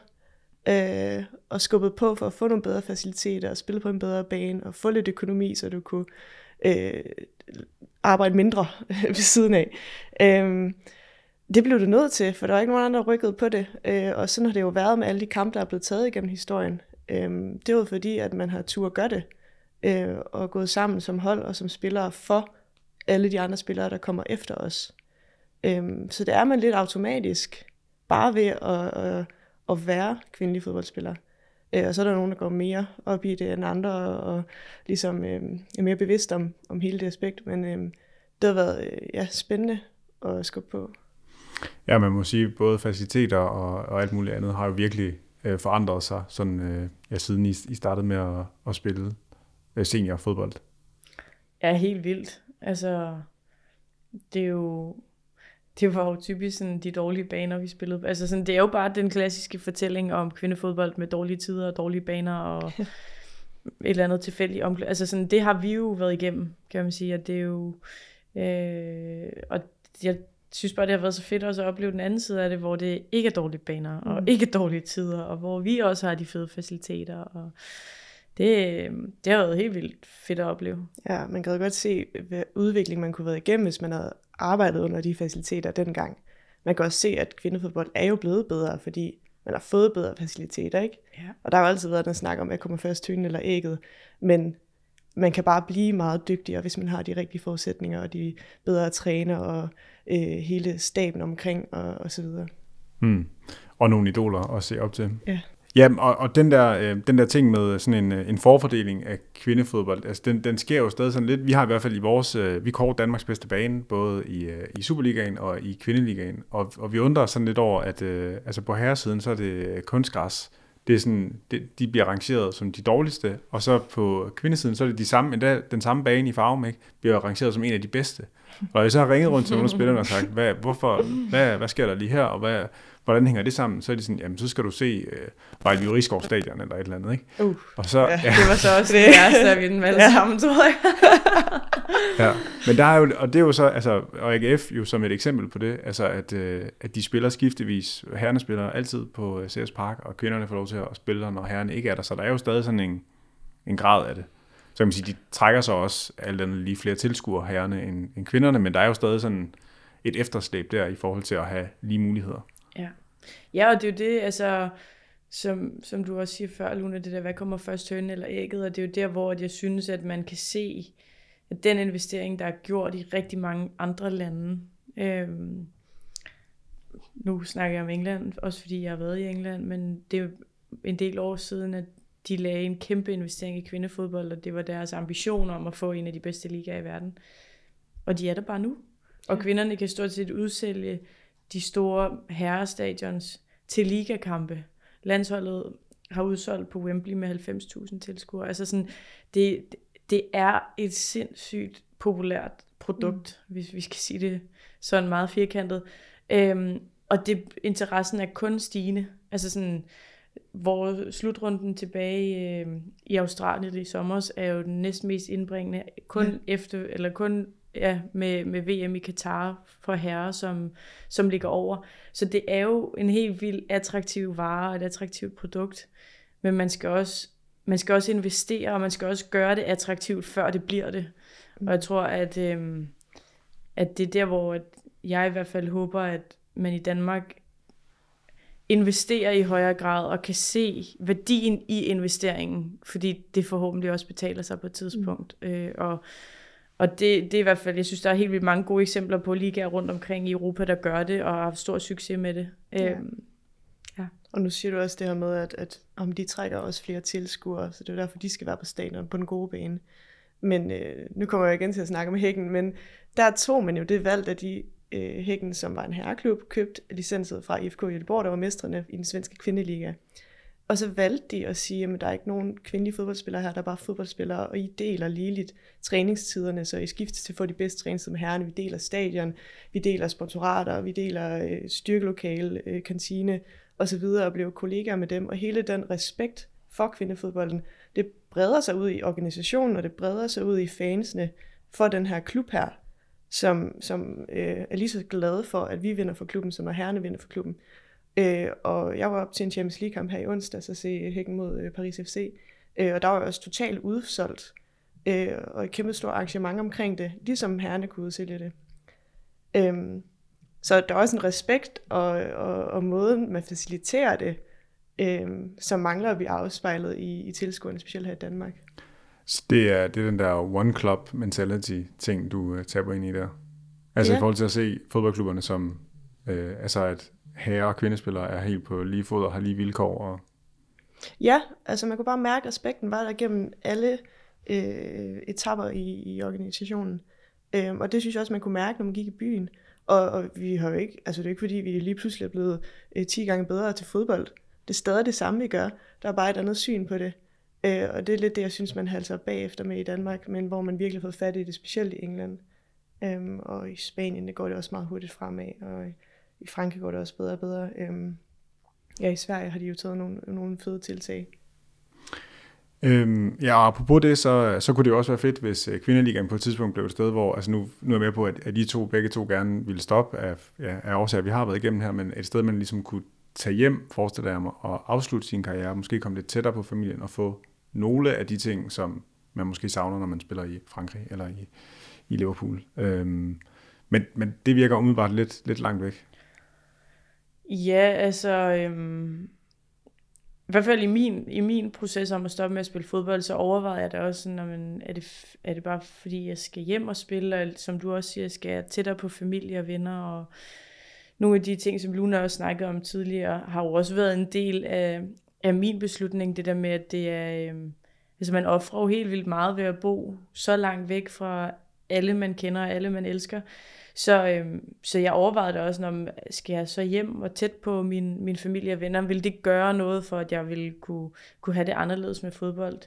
Og skubbede på for at få nogle bedre faciliteter og spille på en bedre bane og få lidt økonomi, så du kunne arbejde mindre ved siden af. Det blev du nødt til, for der var ikke nogen andre, der rykkede på det. Og sådan har det jo været med alle de kampe, der er blevet taget igennem historien. Det var fordi, at man har turde gøre det og gået sammen som hold og som spillere for alle de andre spillere, der kommer efter os. Så det er man lidt automatisk, bare ved at være kvindelig fodboldspiller. Og så er der nogen, der går mere op i det end andre, og ligesom er mere bevidst om hele det aspekt. Men det har været spændende at skubbe på. Ja, man må sige, både faciliteter og alt muligt andet har jo virkelig forandret sig, sådan, siden I startede med at spille seniorfodbold. Ja, helt vildt. Altså, det var jo typisk sådan de dårlige baner, vi spillede. Altså sådan, det er jo bare den klassiske fortælling om kvindefodbold med dårlige tider og dårlige baner og et eller andet tilfældigt omklædning. Altså sådan, det har vi jo været igennem, kan man sige. Og det er jo... og jeg synes bare, det har været så fedt også at opleve den anden side af det, hvor det ikke er dårlige baner og ikke dårlige tider, og hvor vi også har de fede faciliteter. Og Det har været helt vildt fedt at opleve. Ja, man kan jo godt se, hvad udvikling man kunne have været igennem, hvis man havde arbejdet under de faciliteter dengang. Man kan også se, at kvindefodbold er jo blevet bedre, fordi man har fået bedre faciliteter, ikke? Ja. Og der har jo altid været den snak om, hvad kommer først, hønen eller ægget. Men man kan bare blive meget dygtigere, hvis man har de rigtige forudsætninger, og de bedre træner, og hele staben omkring, og så videre. Og nogle idoler at se op til. Ja. Ja, og den der ting med sådan en forfordeling af kvindefodbold, altså den sker jo stadig sådan lidt. Vi har i hvert fald i vores, vi kårer Danmarks bedste bane, både i Superligaen og i Kvindeligaen, og vi undrer sådan lidt over, at altså på herresiden, så er det kunstgræs. Det er sådan, de bliver rangeret som de dårligste, og så på kvindesiden, så er det den samme bane i Farum, ikke, bliver rangeret som en af de bedste. Og jeg så har ringet rundt til nogle af spillerne og sagt, hvad sker der lige her, og hvordan hænger det sammen? Så er de sådan, jamen så skal du se Vejle Juriskov Stadion eller et eller andet, ikke? Og så, ja, det var så også det værste, at vi den alle sammen, tror jeg. Ja, men der er jo, og det er jo så, altså, og AGF jo som et eksempel på det, altså at de spiller skiftevis, herrerne spiller altid på CS Park, og kvinderne får lov til at spille, når herrerne ikke er der, så der er jo stadig sådan en grad af det. Så kan man sige, de trækker så også alt andet lige flere tilskuere herrerne end kvinderne, men der er jo stadig sådan et efterslæb der i forhold til at have lige muligheder. Ja, og det er jo det, altså, som du også siger før, Luna, det der, hvad kommer først, hønen eller ægget, og det er jo der, hvor jeg synes, at man kan se, at den investering, der er gjort i rigtig mange andre lande, nu snakker jeg om England, også fordi jeg har været i England, men det er jo en del år siden, at de lagde en kæmpe investering i kvindefodbold, og det var deres ambition om at få en af de bedste ligaer i verden. Og de er der bare nu. Og kvinderne kan stort set udsælge de store herrestadions til ligakampe. Landsholdet har udsolgt på Wembley med 90.000 tilskuere. Altså sådan, det er et sindssygt populært produkt, hvis vi skal sige det sådan meget firkantet. Og interessen er kun stigende. Altså sådan, hvor slutrunden tilbage i Australien i sommer er jo den næstmest indbringende, med VM i Katar for herrer, som ligger over. Så det er jo en helt vildt attraktiv vare og et attraktivt produkt. Men man skal også investere, og man skal også gøre det attraktivt, før det bliver det. Og jeg tror, at det er der, hvor jeg i hvert fald håber, at man i Danmark investerer i højere grad og kan se værdien i investeringen, fordi det forhåbentlig også betaler sig på et tidspunkt. Og det er i hvert fald, jeg synes, der er helt vildt mange gode eksempler på ligaer rundt omkring i Europa, der gør det, og har haft stor succes med det. Ja. Og nu siger du også det her med, at om de trækker også flere tilskuere, så det er derfor, de skal være på stadion på den gode bane. Men nu kommer jeg igen til at snakke om Hækken, men der tog man jo det valg, at de Hækken, som var en herreklub, købt licenset fra IFK Göteborg, der var mestrene i den svenske kvindeliga. Og så valgte de at sige, at der er ikke nogen kvindelige fodboldspillere her, der er bare fodboldspillere, og I deler ligeligt træningstiderne, så I skiftes til at få de bedste træningstider med herrerne. Vi deler stadion, vi deler sponsorater, vi deler styrkelokale, kantine osv. og blev kollegaer med dem. Og hele den respekt for kvindefodbolden, det breder sig ud i organisationen, og det breder sig ud i fansene for den her klub her, som er lige så glade for, at vi vinder for klubben, som når herrerne vinder for klubben. Og jeg var op til en Champions League-kamp her i onsdag, at se Hækken mod Paris FC, og der var også totalt udsolgt, og et kæmpe stort arrangement omkring det, ligesom herrerne kunne udsælge det. Så der er også en respekt, og måden man faciliterer det, som mangler at blive afspejlet i tilskuerne, specielt her i Danmark. Så det er den der one club mentality ting, du taber ind i der. Altså i forhold til at se fodboldklubberne som, altså at herre- og kvindespillere er helt på lige fod og har lige vilkår. Og ja, altså man kunne bare mærke, at respekten var der gennem alle etaper i organisationen. Og det synes jeg også, man kunne mærke, når man gik i byen. Og vi har jo ikke, altså det er ikke fordi, vi lige pludselig er blevet 10 gange bedre til fodbold. Det er stadig det samme, vi gør. Der er bare et andet syn på det. Og det er lidt det, jeg synes, man halser bagefter med i Danmark, men hvor man virkelig har fået fat i det, specielt i England. Og i Spanien, det går det også meget hurtigt fremad, og i Frankrig går det også bedre og bedre. Ja, i Sverige har de jo taget nogle fede tiltag. Ja, og apropos det, så kunne det jo også være fedt, hvis Kvindeligaen på et tidspunkt blev et sted, hvor, altså nu er jeg med på, at begge to gerne ville stoppe af årsager, vi har været igennem her, men et sted, man ligesom kunne tage hjem, forestiller jeg mig, og afslutte sin karriere, måske komme lidt tættere på familien og få nogle af de ting, som man måske savner, når man spiller i Frankrig eller i Liverpool. Men det virker umiddelbart lidt langt væk. Ja, altså i hvert fald i min proces om at stoppe med at spille fodbold, så overvejede jeg det også sådan, er det bare fordi jeg skal hjem og spille, og som du også siger, skal jeg tættere på familie og venner, og nogle af de ting, som Luna også snakkede om tidligere, har jo også været en del af min beslutning, det der med, at det er, altså man offrer jo helt vildt meget ved at bo så langt væk fra alle man kender og alle man elsker. Så jeg overvejede det også, når skal jeg så hjem og tæt på min familie og venner, vil det gøre noget for, at jeg ville kunne have det anderledes med fodbold.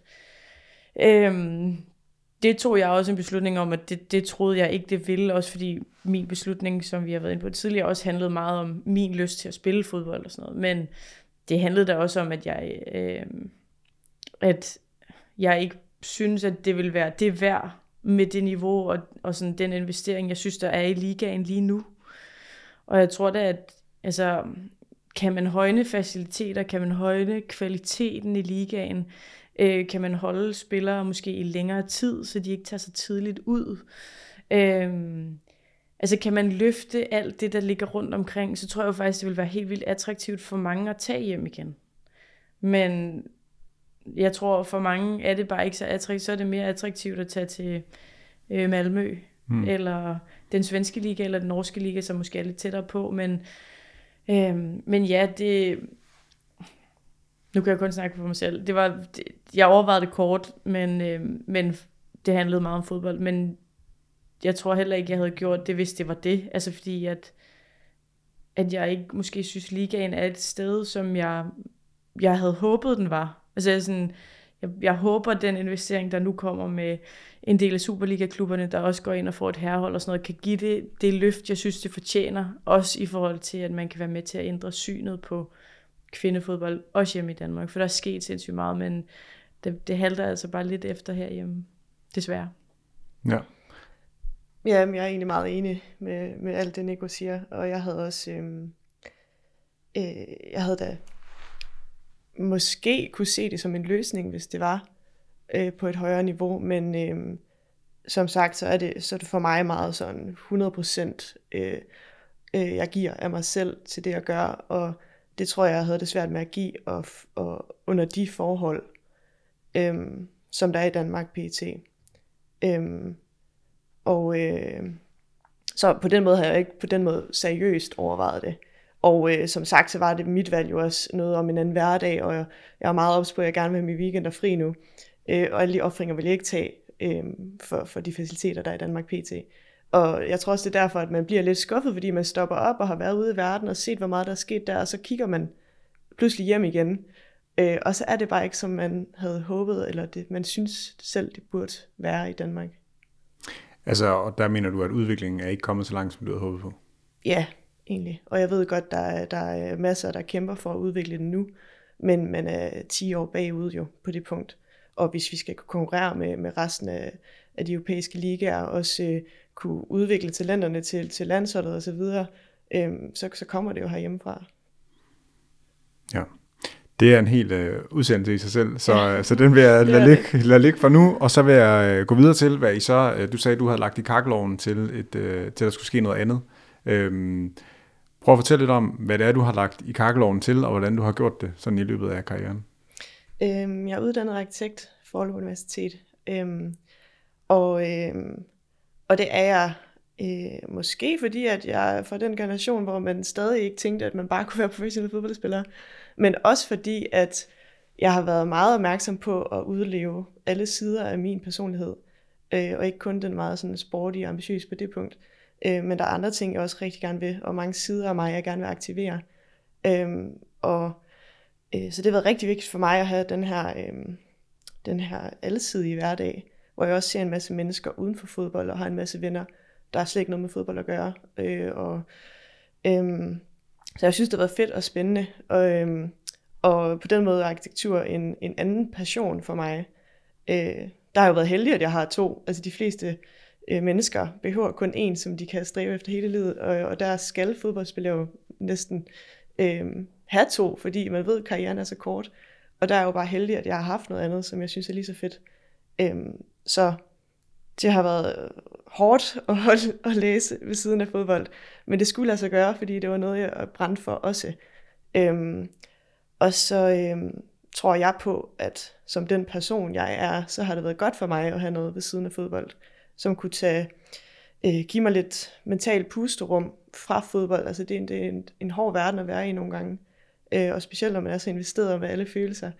Det tog jeg også en beslutning om, at det troede jeg ikke, det ville, også fordi min beslutning, som vi har været inde på tidligere, også handlede meget om min lyst til at spille fodbold og sådan noget. Men det handlede da også om, at jeg ikke synes, at det vil være det værd med det niveau og sådan den investering, jeg synes, der er i ligaen lige nu. Og jeg tror da, at altså, kan man højne faciliteter, kan man højne kvaliteten i ligaen, kan man holde spillere måske i længere tid, så de ikke tager så tidligt ud. Altså kan man løfte alt det, der ligger rundt omkring, så tror jeg jo faktisk, det vil være helt vildt attraktivt for mange at tage hjem igen. Men jeg tror, for mange er det bare ikke så attraktivt, så er det mere attraktivt at tage til Malmø, eller den svenske liga, eller den norske liga, som måske er lidt tættere på, men ja, det... Nu kan jeg kun snakke for mig selv. Jeg overvejede det kort, men det handlede meget om fodbold, men jeg tror heller ikke, jeg havde gjort det, hvis det var det. Altså fordi, at jeg ikke måske synes, ligaen er et sted, som jeg havde håbet, den var. Altså jeg håber, at den investering, der nu kommer med en del af Superliga-klubberne, der også går ind og får et herrehold og sådan noget, kan give det løft, jeg synes, det fortjener. Også i forhold til, at man kan være med til at ændre synet på kvindefodbold, også hjemme i Danmark. For der er sket sindssygt meget, men det halter altså bare lidt efter herhjemme. Desværre. Ja. Ja, jeg er egentlig meget enig med alt det, Nico siger. Og jeg havde også... jeg havde da måske kunne se det som en løsning, hvis det var på et højere niveau, men som sagt, så er det for mig meget sådan 100% jeg giver af mig selv til det at gøre, og det tror jeg havde det svært med at give, og under de forhold, som der er i Danmark pt. Så på den måde har jeg ikke på den måde seriøst overvejet det. Og som sagt, så var det mit valg jo også noget om en anden hverdag, og jeg er meget ops på, at jeg gerne vil have min weekend og fri nu. Og alle de offringer vil jeg ikke tage for de faciliteter, der er i Danmark pt. Og jeg tror også, det er derfor, at man bliver lidt skuffet, fordi man stopper op og har været ude i verden og set, hvor meget der er sket der, og så kigger man pludselig hjem igen. Og så er det bare ikke, som man havde håbet, eller det, man synes selv, det burde være i Danmark. Altså, og der mener du, at udviklingen er ikke kommet så langt, som du havde håbet på? Ja, egentlig. Og jeg ved godt, der er masser, der kæmper for at udvikle den nu, men man er 10 år bagud jo på det punkt. Og hvis vi skal konkurrere med resten af de europæiske ligaer, og også kunne udvikle talenterne til landsholdet og så videre, så kommer det jo herhjemmefra. Ja, det er en helt udsendelse i sig selv, så den vil jeg lade ligge for nu, og så vil jeg gå videre til, hvad I så, du sagde, du havde lagt i kakkelovnen til der skulle ske noget andet. Prøv at fortælle lidt om, hvad det er, du har lagt i kakkelovnen til, og hvordan du har gjort det sådan i løbet af karrieren. Jeg er uddannet arkitekt for Aalborg Universitet, og det er jeg måske fordi, at jeg er fra den generation, hvor man stadig ikke tænkte, at man bare kunne være professionel fodboldspiller, men også fordi, at jeg har været meget opmærksom på at udleve alle sider af min personlighed, og ikke kun den meget sådan sporty og ambitiøs på det punkt. Men der er andre ting, jeg også rigtig gerne vil, og mange sider af mig, jeg gerne vil aktivere. Så det har været rigtig vigtigt for mig at have den her alsidige hverdag, hvor jeg også ser en masse mennesker uden for fodbold, og har en masse venner, der er slet ikke noget med fodbold at gøre. Så jeg synes, det har været fedt og spændende. Og på den måde er arkitektur en anden passion for mig. Der har jo været heldig, at jeg har 2. Altså de fleste mennesker behøver kun én, som de kan stræbe efter hele livet, og der skal fodboldspillere jo næsten have 2, fordi man ved, at karrieren er så kort. Og der er jeg jo bare heldig, at jeg har haft noget andet, som jeg synes er lige så fedt. Så det har været hårdt at læse ved siden af fodbold, men det skulle altså gøre, fordi det var noget, jeg brændte for også. Og så tror jeg på, at som den person, jeg er, så har det været godt for mig at have noget ved siden af fodbold, som kunne give mig lidt mental pusterum fra fodbold. Altså det er en hård verden at være i nogle gange, og specielt når man er så investeret med alle følelser.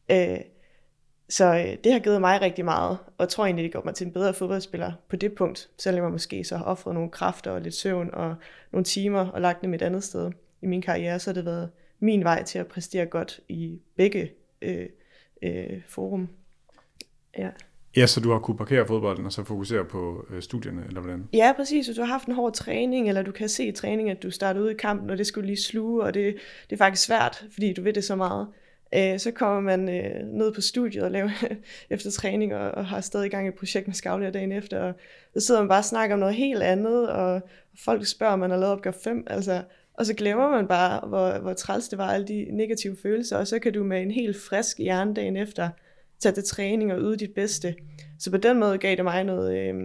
Så det har givet mig rigtig meget, og jeg tror egentlig, det gjorde mig til en bedre fodboldspiller på det punkt, selvom jeg måske så har offret nogle kræfter og lidt søvn og nogle timer og lagt dem et andet sted i min karriere, så har det været min vej til at præstere godt i begge forum. Ja. Ja, så du har kunnet parkere fodbolden og så fokusere på studierne, eller hvordan? Ja, præcis. Hvis du har haft en hård træning, eller du kan se i træning, at du starter ud i kampen, og det skulle lige sluge, og det er faktisk svært, fordi du ved det så meget. Så kommer man ned på studiet og laver efter træning, og har stadig i gang et projekt med Skavli dagen efter, og så sidder man bare og snakker om noget helt andet, og folk spørger, om man har lavet opgave 5, altså, og så glemmer man bare, hvor træls det var, alle de negative følelser, og så kan du med en helt frisk hjerne dagen efter tage til træning og yde dit bedste. Så på den måde gav det mig noget,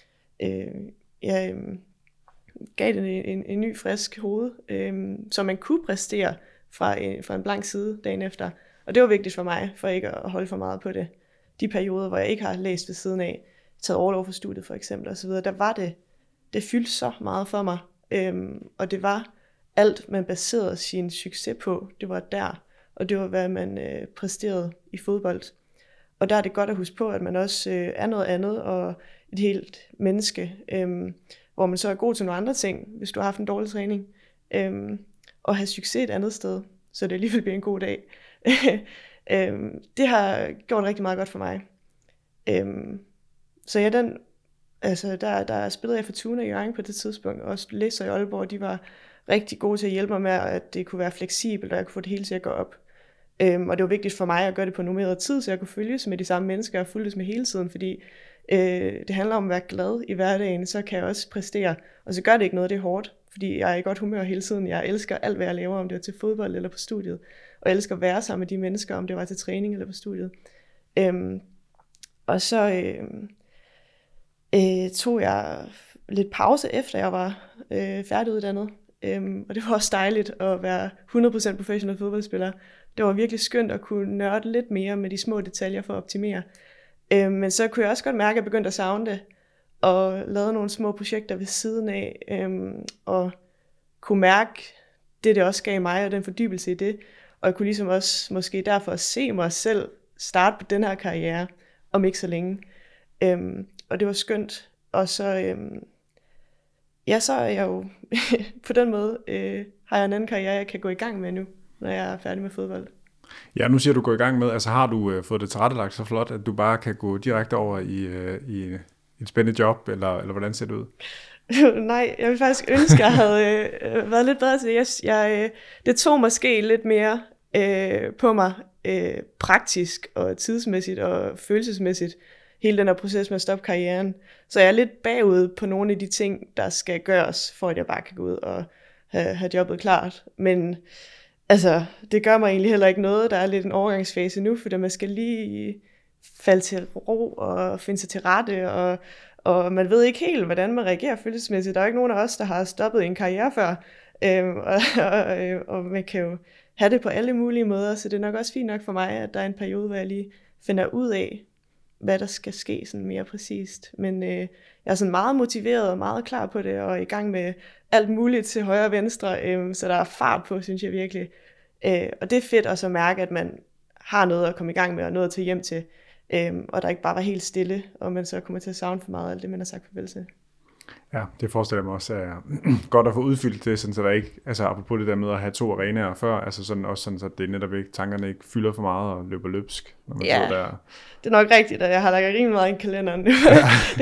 gav det en ny frisk hoved, så man kunne præstere fra en blank side dagen efter. Og det var vigtigt for mig, for ikke at holde for meget på det. De perioder, hvor jeg ikke har læst ved siden af, taget overlov for studiet for eksempel osv., der var det fyldte så meget for mig. Og det var alt, man baserede sin succes på. Det var der, og det var, hvad man præsterede i fodbold. Og der er det godt at huske på, at man også er noget andet, og et helt menneske, hvor man så er god til nogle andre ting, hvis du har haft en dårlig træning. Og have succes et andet sted, så det alligevel bliver en god dag. Det har gjort rigtig meget godt for mig. Så ja, der spillede jeg Fortuna i Hjørring på det tidspunkt, og også Læsø i Aalborg, de var rigtig gode til at hjælpe mig med, at det kunne være fleksibelt, og jeg kunne få det hele til at gå op. Og det var vigtigt for mig at gøre det på normeret tid, så jeg kunne følges med de samme mennesker og følges med hele tiden, fordi det handler om at være glad i hverdagen, så kan jeg også præstere. Og så gør det ikke noget, det er hårdt, fordi jeg er i godt humør hele tiden. Jeg elsker alt, hvad jeg laver, om det er til fodbold eller på studiet. Og jeg elsker at være sammen med de mennesker, om det var til træning eller på studiet. Og så tog jeg lidt pause, efter jeg var færdiguddannet. Og det var også dejligt at være 100% professionel fodboldspiller. Det var virkelig skønt at kunne nørde lidt mere med de små detaljer for at optimere. Men så kunne jeg også godt mærke, at jeg begyndte at savne det, og lavede nogle små projekter ved siden af, og kunne mærke det også gav mig, og den fordybelse i det. Og jeg kunne ligesom også måske derfor se mig selv starte på den her karriere, om ikke så længe. Og det var skønt. Og så, så er jeg jo på den måde, har jeg en anden karriere, jeg kan gå i gang med nu, når jeg er færdig med fodbold. Ja, nu siger du gå i gang med, altså har du fået det tilrettelagt så flot, at du bare kan gå direkte over i et spændende job, eller hvordan ser det ud? Nej, jeg vil faktisk ønske, at jeg havde været lidt bedre til det. Det tog måske lidt mere på mig praktisk og tidsmæssigt og følelsesmæssigt, hele den her proces med at stoppe karrieren. Så jeg er lidt bagud på nogle af de ting, der skal gøres, for at jeg bare kan gå ud og have jobbet klart. Men altså, det gør mig egentlig heller ikke noget. Der er lidt en overgangsfase nu, fordi man skal lige falde til ro og finde sig til rette, og man ved ikke helt, hvordan man reagerer følelsesmæssigt. Der er ikke nogen af os, der har stoppet en karriere før, og man kan jo have det på alle mulige måder, så det er nok også fint nok for mig, at der er en periode, hvor jeg lige finder ud af, hvad der skal ske sådan mere præcist. Men jeg er sådan meget motiveret og meget klar på det, og i gang med alt muligt til højre og venstre, så der er fart på, synes jeg virkelig. Og det er fedt også at mærke, at man har noget at komme i gang med, og noget at tage hjem til, og der ikke bare var helt stille, og man så kommer til at savne for meget af alt det, man har sagt farvel til. Ja, det forestiller mig også er godt at få udfyldt det, sådan, så der ikke, altså apropos det der med at have 2 arenaer før, altså sådan også sådan, så det netop ikke, tankerne ikke fylder for meget og løber løbsk, når man sidder der. Det er nok rigtigt, at jeg har lagt rimelig meget i kalenderen nu. Ja.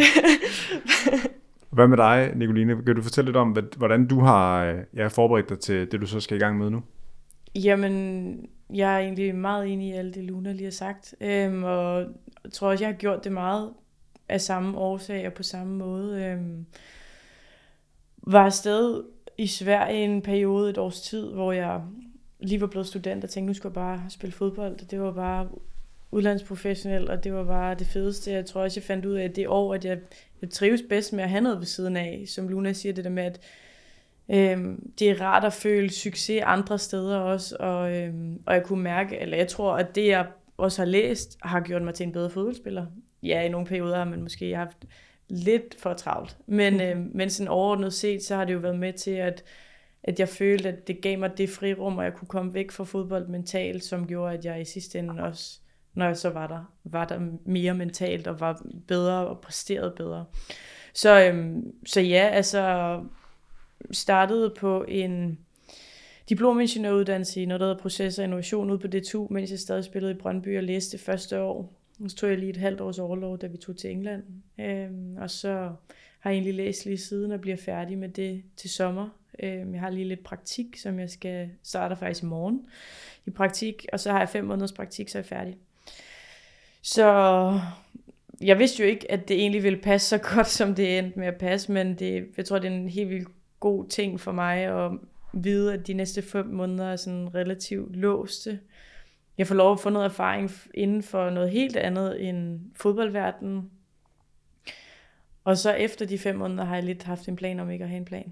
Hvad med dig, Nicoline? Kan du fortælle lidt om, hvordan du har forberedt dig til det, du så skal i gang med nu? Jamen, jeg er egentlig meget enig i alt det, Luna lige har sagt, og jeg tror også, jeg har gjort det meget af samme årsag og på samme måde. Var afsted i Sverige en periode, et års tid, hvor jeg lige var blevet student og tænkte, nu skulle jeg bare spille fodbold. Det var bare udlandsprofessionel, og det var bare det fedeste. Jeg tror også, jeg fandt ud af, at det år, at jeg trives bedst med at have noget ved siden af. Som Luna siger, det der med, at det er rart at føle succes andre steder også, og jeg kunne mærke, eller jeg tror, at det jeg også har læst, har gjort mig til en bedre fodboldspiller. Ja, i nogle perioder har man måske haft lidt for travlt, men sådan overordnet set, så har det jo været med til, at jeg følte, at det gav mig det frirum, og jeg kunne komme væk fra fodbold mentalt, som gjorde, at jeg i sidste ende også, når jeg så var der mere mentalt, og var bedre og præsterede bedre. Så ja, altså startede på en diplomingeniøruddannelse i noget, der hedder Proces og Innovation ude på DTU, mens jeg stadig spillede i Brøndby og læste det første år. Så tog jeg lige et halvt års orlov, da vi tog til England. Og så har jeg egentlig læst lige siden og bliver færdig med det til sommer. Jeg har lige lidt praktik, som jeg skal starte faktisk i morgen i praktik. Og så har jeg 5 måneders praktik, så er jeg færdig. Så jeg vidste jo ikke, at det egentlig ville passe så godt, som det endte med at passe. Men jeg tror, det er en helt vildt god ting for mig at vide, at de næste 5 måneder er sådan relativt låste. Jeg får lov at få noget erfaring inden for noget helt andet end fodboldverdenen. Og så efter de 5 måneder har jeg lidt haft en plan om ikke at have en plan.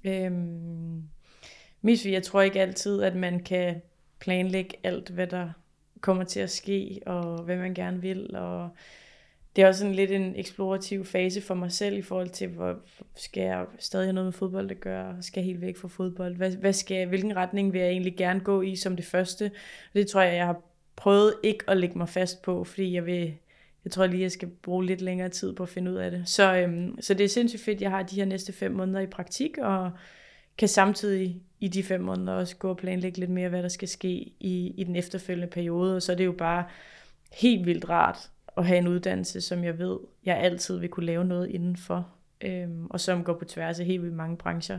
Jeg tror ikke altid, at man kan planlægge alt, hvad der kommer til at ske, og hvad man gerne vil. Og det er også sådan lidt en eksplorativ fase for mig selv i forhold til, hvor skal jeg stadig have noget med fodbold at gøre, skal jeg helt væk fra fodbold, hvilken retning vil jeg egentlig gerne gå i som det første. Og det tror jeg har prøvet ikke at lægge mig fast på, fordi jeg tror lige, jeg skal bruge lidt længere tid på at finde ud af det. Så det er sindssygt fedt, jeg har de her næste 5 måneder i praktik, og kan samtidig i de 5 måneder også gå og planlægge lidt mere, hvad der skal ske i den efterfølgende periode. Og så er det jo bare helt vildt rart at have en uddannelse, som jeg ved, jeg altid vil kunne lave noget indenfor, og som går på tværs af helt vildt mange brancher.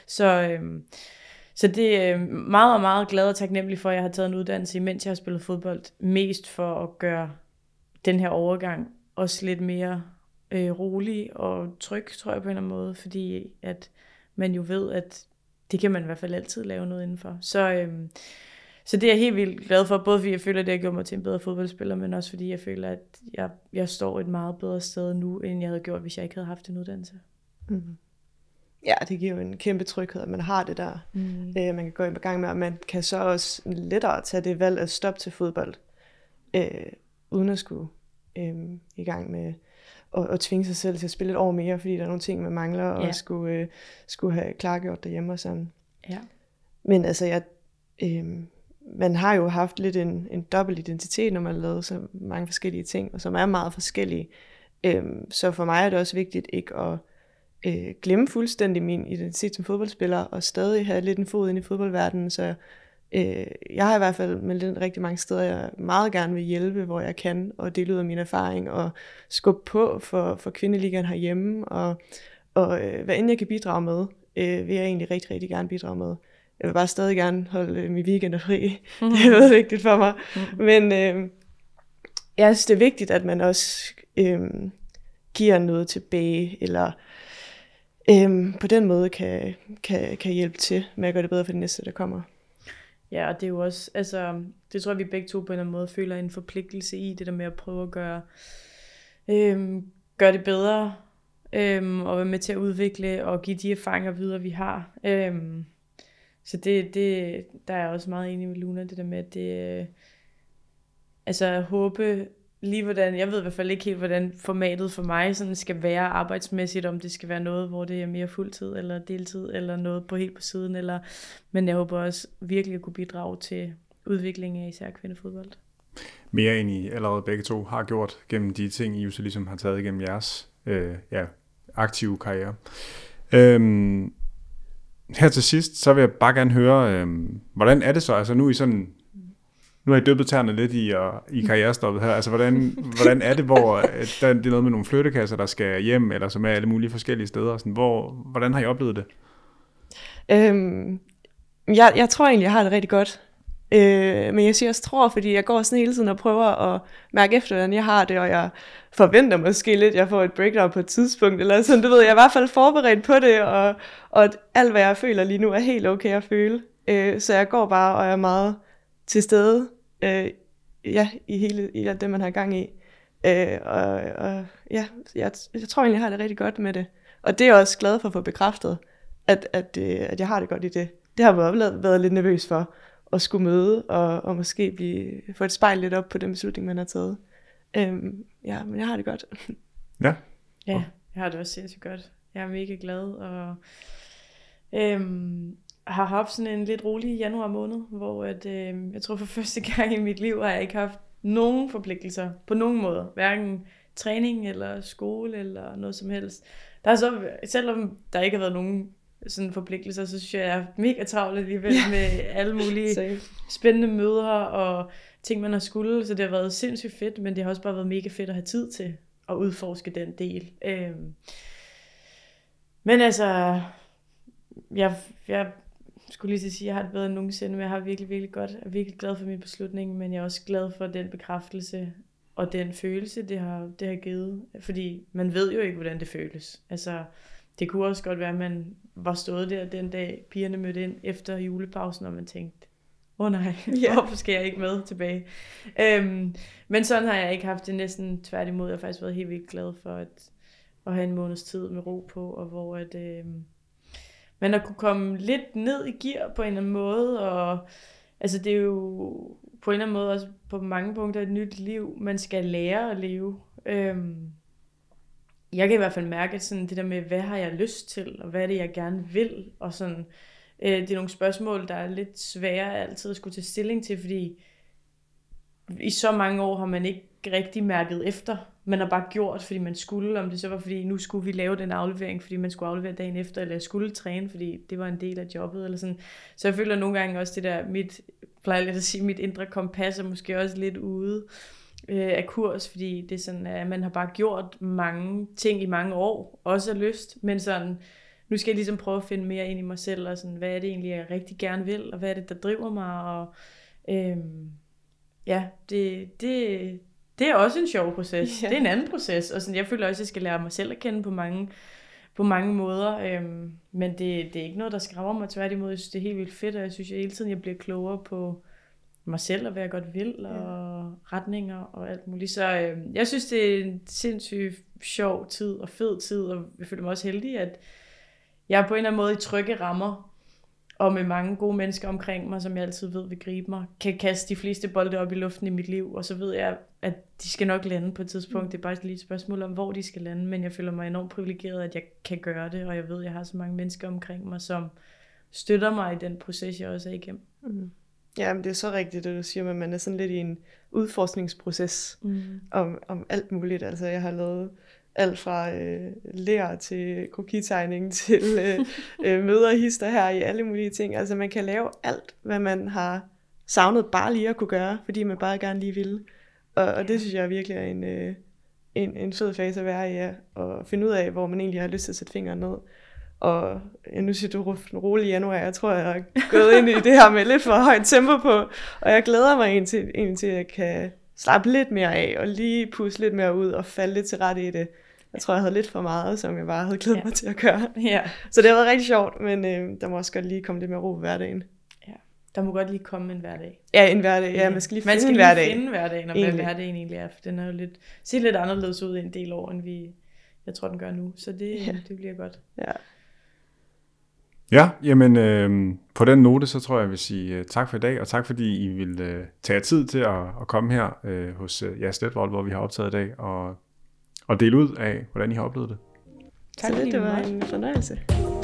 Så det er meget, meget glad og taknemmelig for, at jeg har taget en uddannelse, imens jeg har spillet fodbold, mest for at gøre den her overgang også lidt mere rolig og tryg, tror jeg på en eller anden måde, fordi at man jo ved, at det kan man i hvert fald altid lave noget indenfor. Så det er jeg helt vildt glad for, både fordi jeg føler, at det har gjort mig til en bedre fodboldspiller, men også fordi jeg føler, at jeg står et meget bedre sted nu, end jeg havde gjort, hvis jeg ikke havde haft en uddannelse. Mm. Ja, det giver jo en kæmpe tryghed, at man har det der. Man kan gå i gang med, og man kan så også lettere tage det valg at stoppe til fodbold, uden at skulle i gang med at tvinge sig selv til at spille et år mere, fordi der er nogle ting, man mangler, og skulle have klargjort derhjemme og sådan. Ja. Men altså, man har jo haft lidt en dobbelt identitet, når man har lavet så mange forskellige ting, og som er meget forskellige. Så for mig er det også vigtigt ikke at glemme fuldstændig min identitet som fodboldspiller, og stadig have lidt en fod ind i fodboldverdenen. Så jeg har i hvert fald meldt rigtig mange steder, jeg meget gerne vil hjælpe, hvor jeg kan, og dele ud af min erfaring, og skubbe på for kvindeligaen herhjemme, og hvad end jeg kan bidrage med, vil jeg egentlig rigtig, rigtig gerne bidrage med. Jeg vil bare stadig gerne holde min weekender fri. Det er jo vigtigt for mig. Men jeg synes, det er vigtigt, at man også giver noget tilbage, eller på den måde kan hjælpe til med at gøre det bedre for det næste, der kommer. Ja, og det er jo også, altså, det tror jeg, vi begge to på en eller anden måde føler en forpligtelse i, det der med at prøve at gøre det bedre, og være med til at udvikle og give de erfaringer videre, vi har. Så der er jeg også meget enig med Luna, det der med, at det, altså håbe lige hvordan, jeg ved i hvert fald ikke helt, hvordan formatet for mig sådan skal være arbejdsmæssigt, om det skal være noget, hvor det er mere fuldtid eller deltid, eller noget helt på siden, men jeg håber også virkelig at kunne bidrage til udviklingen af især kvindefodbold. Mere end I allerede begge to har gjort gennem de ting, I jo så ligesom har taget igennem jeres aktive karriere. Her til sidst, så vil jeg bare gerne høre, hvordan er det så, altså nu har I dyppet tæerne lidt i karrierestoppet her. Altså, hvordan er det, hvor det er noget med nogle flyttekasser, der skal hjem, eller som er alle mulige forskellige steder? Sådan, hvordan har I oplevet det? Jeg tror egentlig, jeg har det rigtig godt. Men jeg siger også tror, fordi jeg går sådan hele tiden og prøver at mærke efter, hvordan jeg har det, og jeg forventer måske lidt, at jeg får et breakdown på et tidspunkt, eller sådan, du ved, jeg er i hvert fald forberedt på det, og alt, hvad jeg føler lige nu, er helt okay at føle. Så jeg går bare og er meget til stede i alt det, man har gang i. Jeg tror egentlig, jeg har det rigtig godt med det. Og det er jeg også glad for at få bekræftet, at jeg har det godt i det. Det har jeg været lidt nervøs for, at skulle møde, og måske få et spejl lidt op på den beslutning, man har taget. Men jeg har det godt. Ja. Ja, jeg har det også sindssygt godt. Jeg er mega glad, og har haft sådan en lidt rolig januar måned, hvor jeg tror for første gang i mit liv har jeg ikke haft nogen forpligtelser på nogen måde. Hverken træning eller skole eller noget som helst. Der er så, selvom der ikke har været nogen sådan forpligtelser, så synes jeg er mega travlt alligevel med alle mulige spændende møder og ting, man har skulle. Så det har været sindssygt fedt, men det har også bare været mega fedt at have tid til at udforske den del. Men altså, jeg skulle lige sige, at jeg har det bedre end nogensinde, men jeg har virkelig, virkelig godt. Jeg er virkelig glad for min beslutning, men jeg er også glad for den bekræftelse og den følelse, det har givet. Fordi man ved jo ikke, hvordan det føles. Altså, det kunne også godt være, at man var stået der den dag, pigerne mødte ind efter julepausen, og man tænkte, nej, hvorfor skal jeg ikke med tilbage? Men sådan har jeg ikke haft det, næsten tværtimod. Jeg har faktisk været helt vildt glad for at have en måneds tid med ro på, og hvor man har kunne komme lidt ned i gear på en eller anden måde, og altså det er jo på en eller anden måde også på mange punkter et nyt liv, man skal lære at leve. Jeg kan i hvert fald mærke sådan det der med, hvad har jeg lyst til, og hvad er det, jeg gerne vil, og sådan, det er nogle spørgsmål, der er lidt svære altid at skulle tage stilling til, fordi i så mange år har man ikke rigtig mærket efter. Man har bare gjort, fordi man skulle, om det så var, fordi nu skulle vi lave den aflevering, fordi man skulle aflevere dagen efter, eller jeg skulle træne, fordi det var en del af jobbet, eller sådan. Så jeg føler nogle gange også det der, mit indre kompas er måske også lidt ude af kurs, fordi det er sådan, at man har bare gjort mange ting i mange år, også af lyst, men sådan, nu skal jeg ligesom prøve at finde mere ind i mig selv, og sådan, hvad er det egentlig, jeg rigtig gerne vil, og hvad er det, der driver mig, og det er også en sjov proces. Det er en anden proces, og sådan, jeg føler også, at jeg skal lære mig selv at kende på mange måder, men det er ikke noget, der skræmmer mig, tværtimod. Jeg synes, det er helt vildt fedt, og jeg synes, at hele tiden jeg bliver klogere på mig selv, og hvad jeg godt vil, og retninger, og alt muligt. Så jeg synes, det er en sindssygt sjov tid, og fed tid, og jeg føler mig også heldig, at jeg er på en eller anden måde i trygge rammer, og med mange gode mennesker omkring mig, som jeg altid ved vil gribe mig, kan kaste de fleste bolde op i luften i mit liv, og så ved jeg, at de skal nok lande på et tidspunkt. Det er bare lige et spørgsmål om, hvor de skal lande, men jeg føler mig enormt privilegeret, at jeg kan gøre det, og jeg ved, at jeg har så mange mennesker omkring mig, som støtter mig i den proces, jeg også er igennem. Ja, men det er så rigtigt, det du siger, at man er sådan lidt i en udforskningsproces om alt muligt. Altså, jeg har lavet alt fra ler til krokitegning til møder og hister her i alle mulige ting. Altså man kan lave alt, hvad man har savnet bare lige at kunne gøre, fordi man bare gerne lige vil. Og det synes jeg virkelig er en fed fase at være i, at finde ud af, hvor man egentlig har lyst til at sætte fingeren ned. Og nu siger du rolig januar, jeg tror, jeg har gået ind i det her med lidt for højt tempo på, og jeg glæder mig egentlig til, at jeg kan slappe lidt mere af, og lige puste lidt mere ud, og falde lidt til rette i det. Jeg tror, jeg havde lidt for meget, som jeg bare havde glædet mig til at gøre. Ja. Så det har været rigtig sjovt, men der må også godt lige komme lidt mere ro i hverdagen. Ja, der må godt lige komme en hverdag. Ja, en hverdag. Ja, man skal lige finde en hverdag. finde hverdagen, og hvad hverdagen egentlig er, for den er jo ser lidt anderledes ud en del år, end jeg tror, den gør nu. Så det bliver godt. Ja. Ja, jamen på den note, så tror jeg vil sige tak for i dag, og tak fordi I vil tage tid til at komme her hos Jeres Letvold, hvor vi har optaget i dag, og dele ud af, hvordan I har oplevet det. Tak fordi det var en fornøjelse.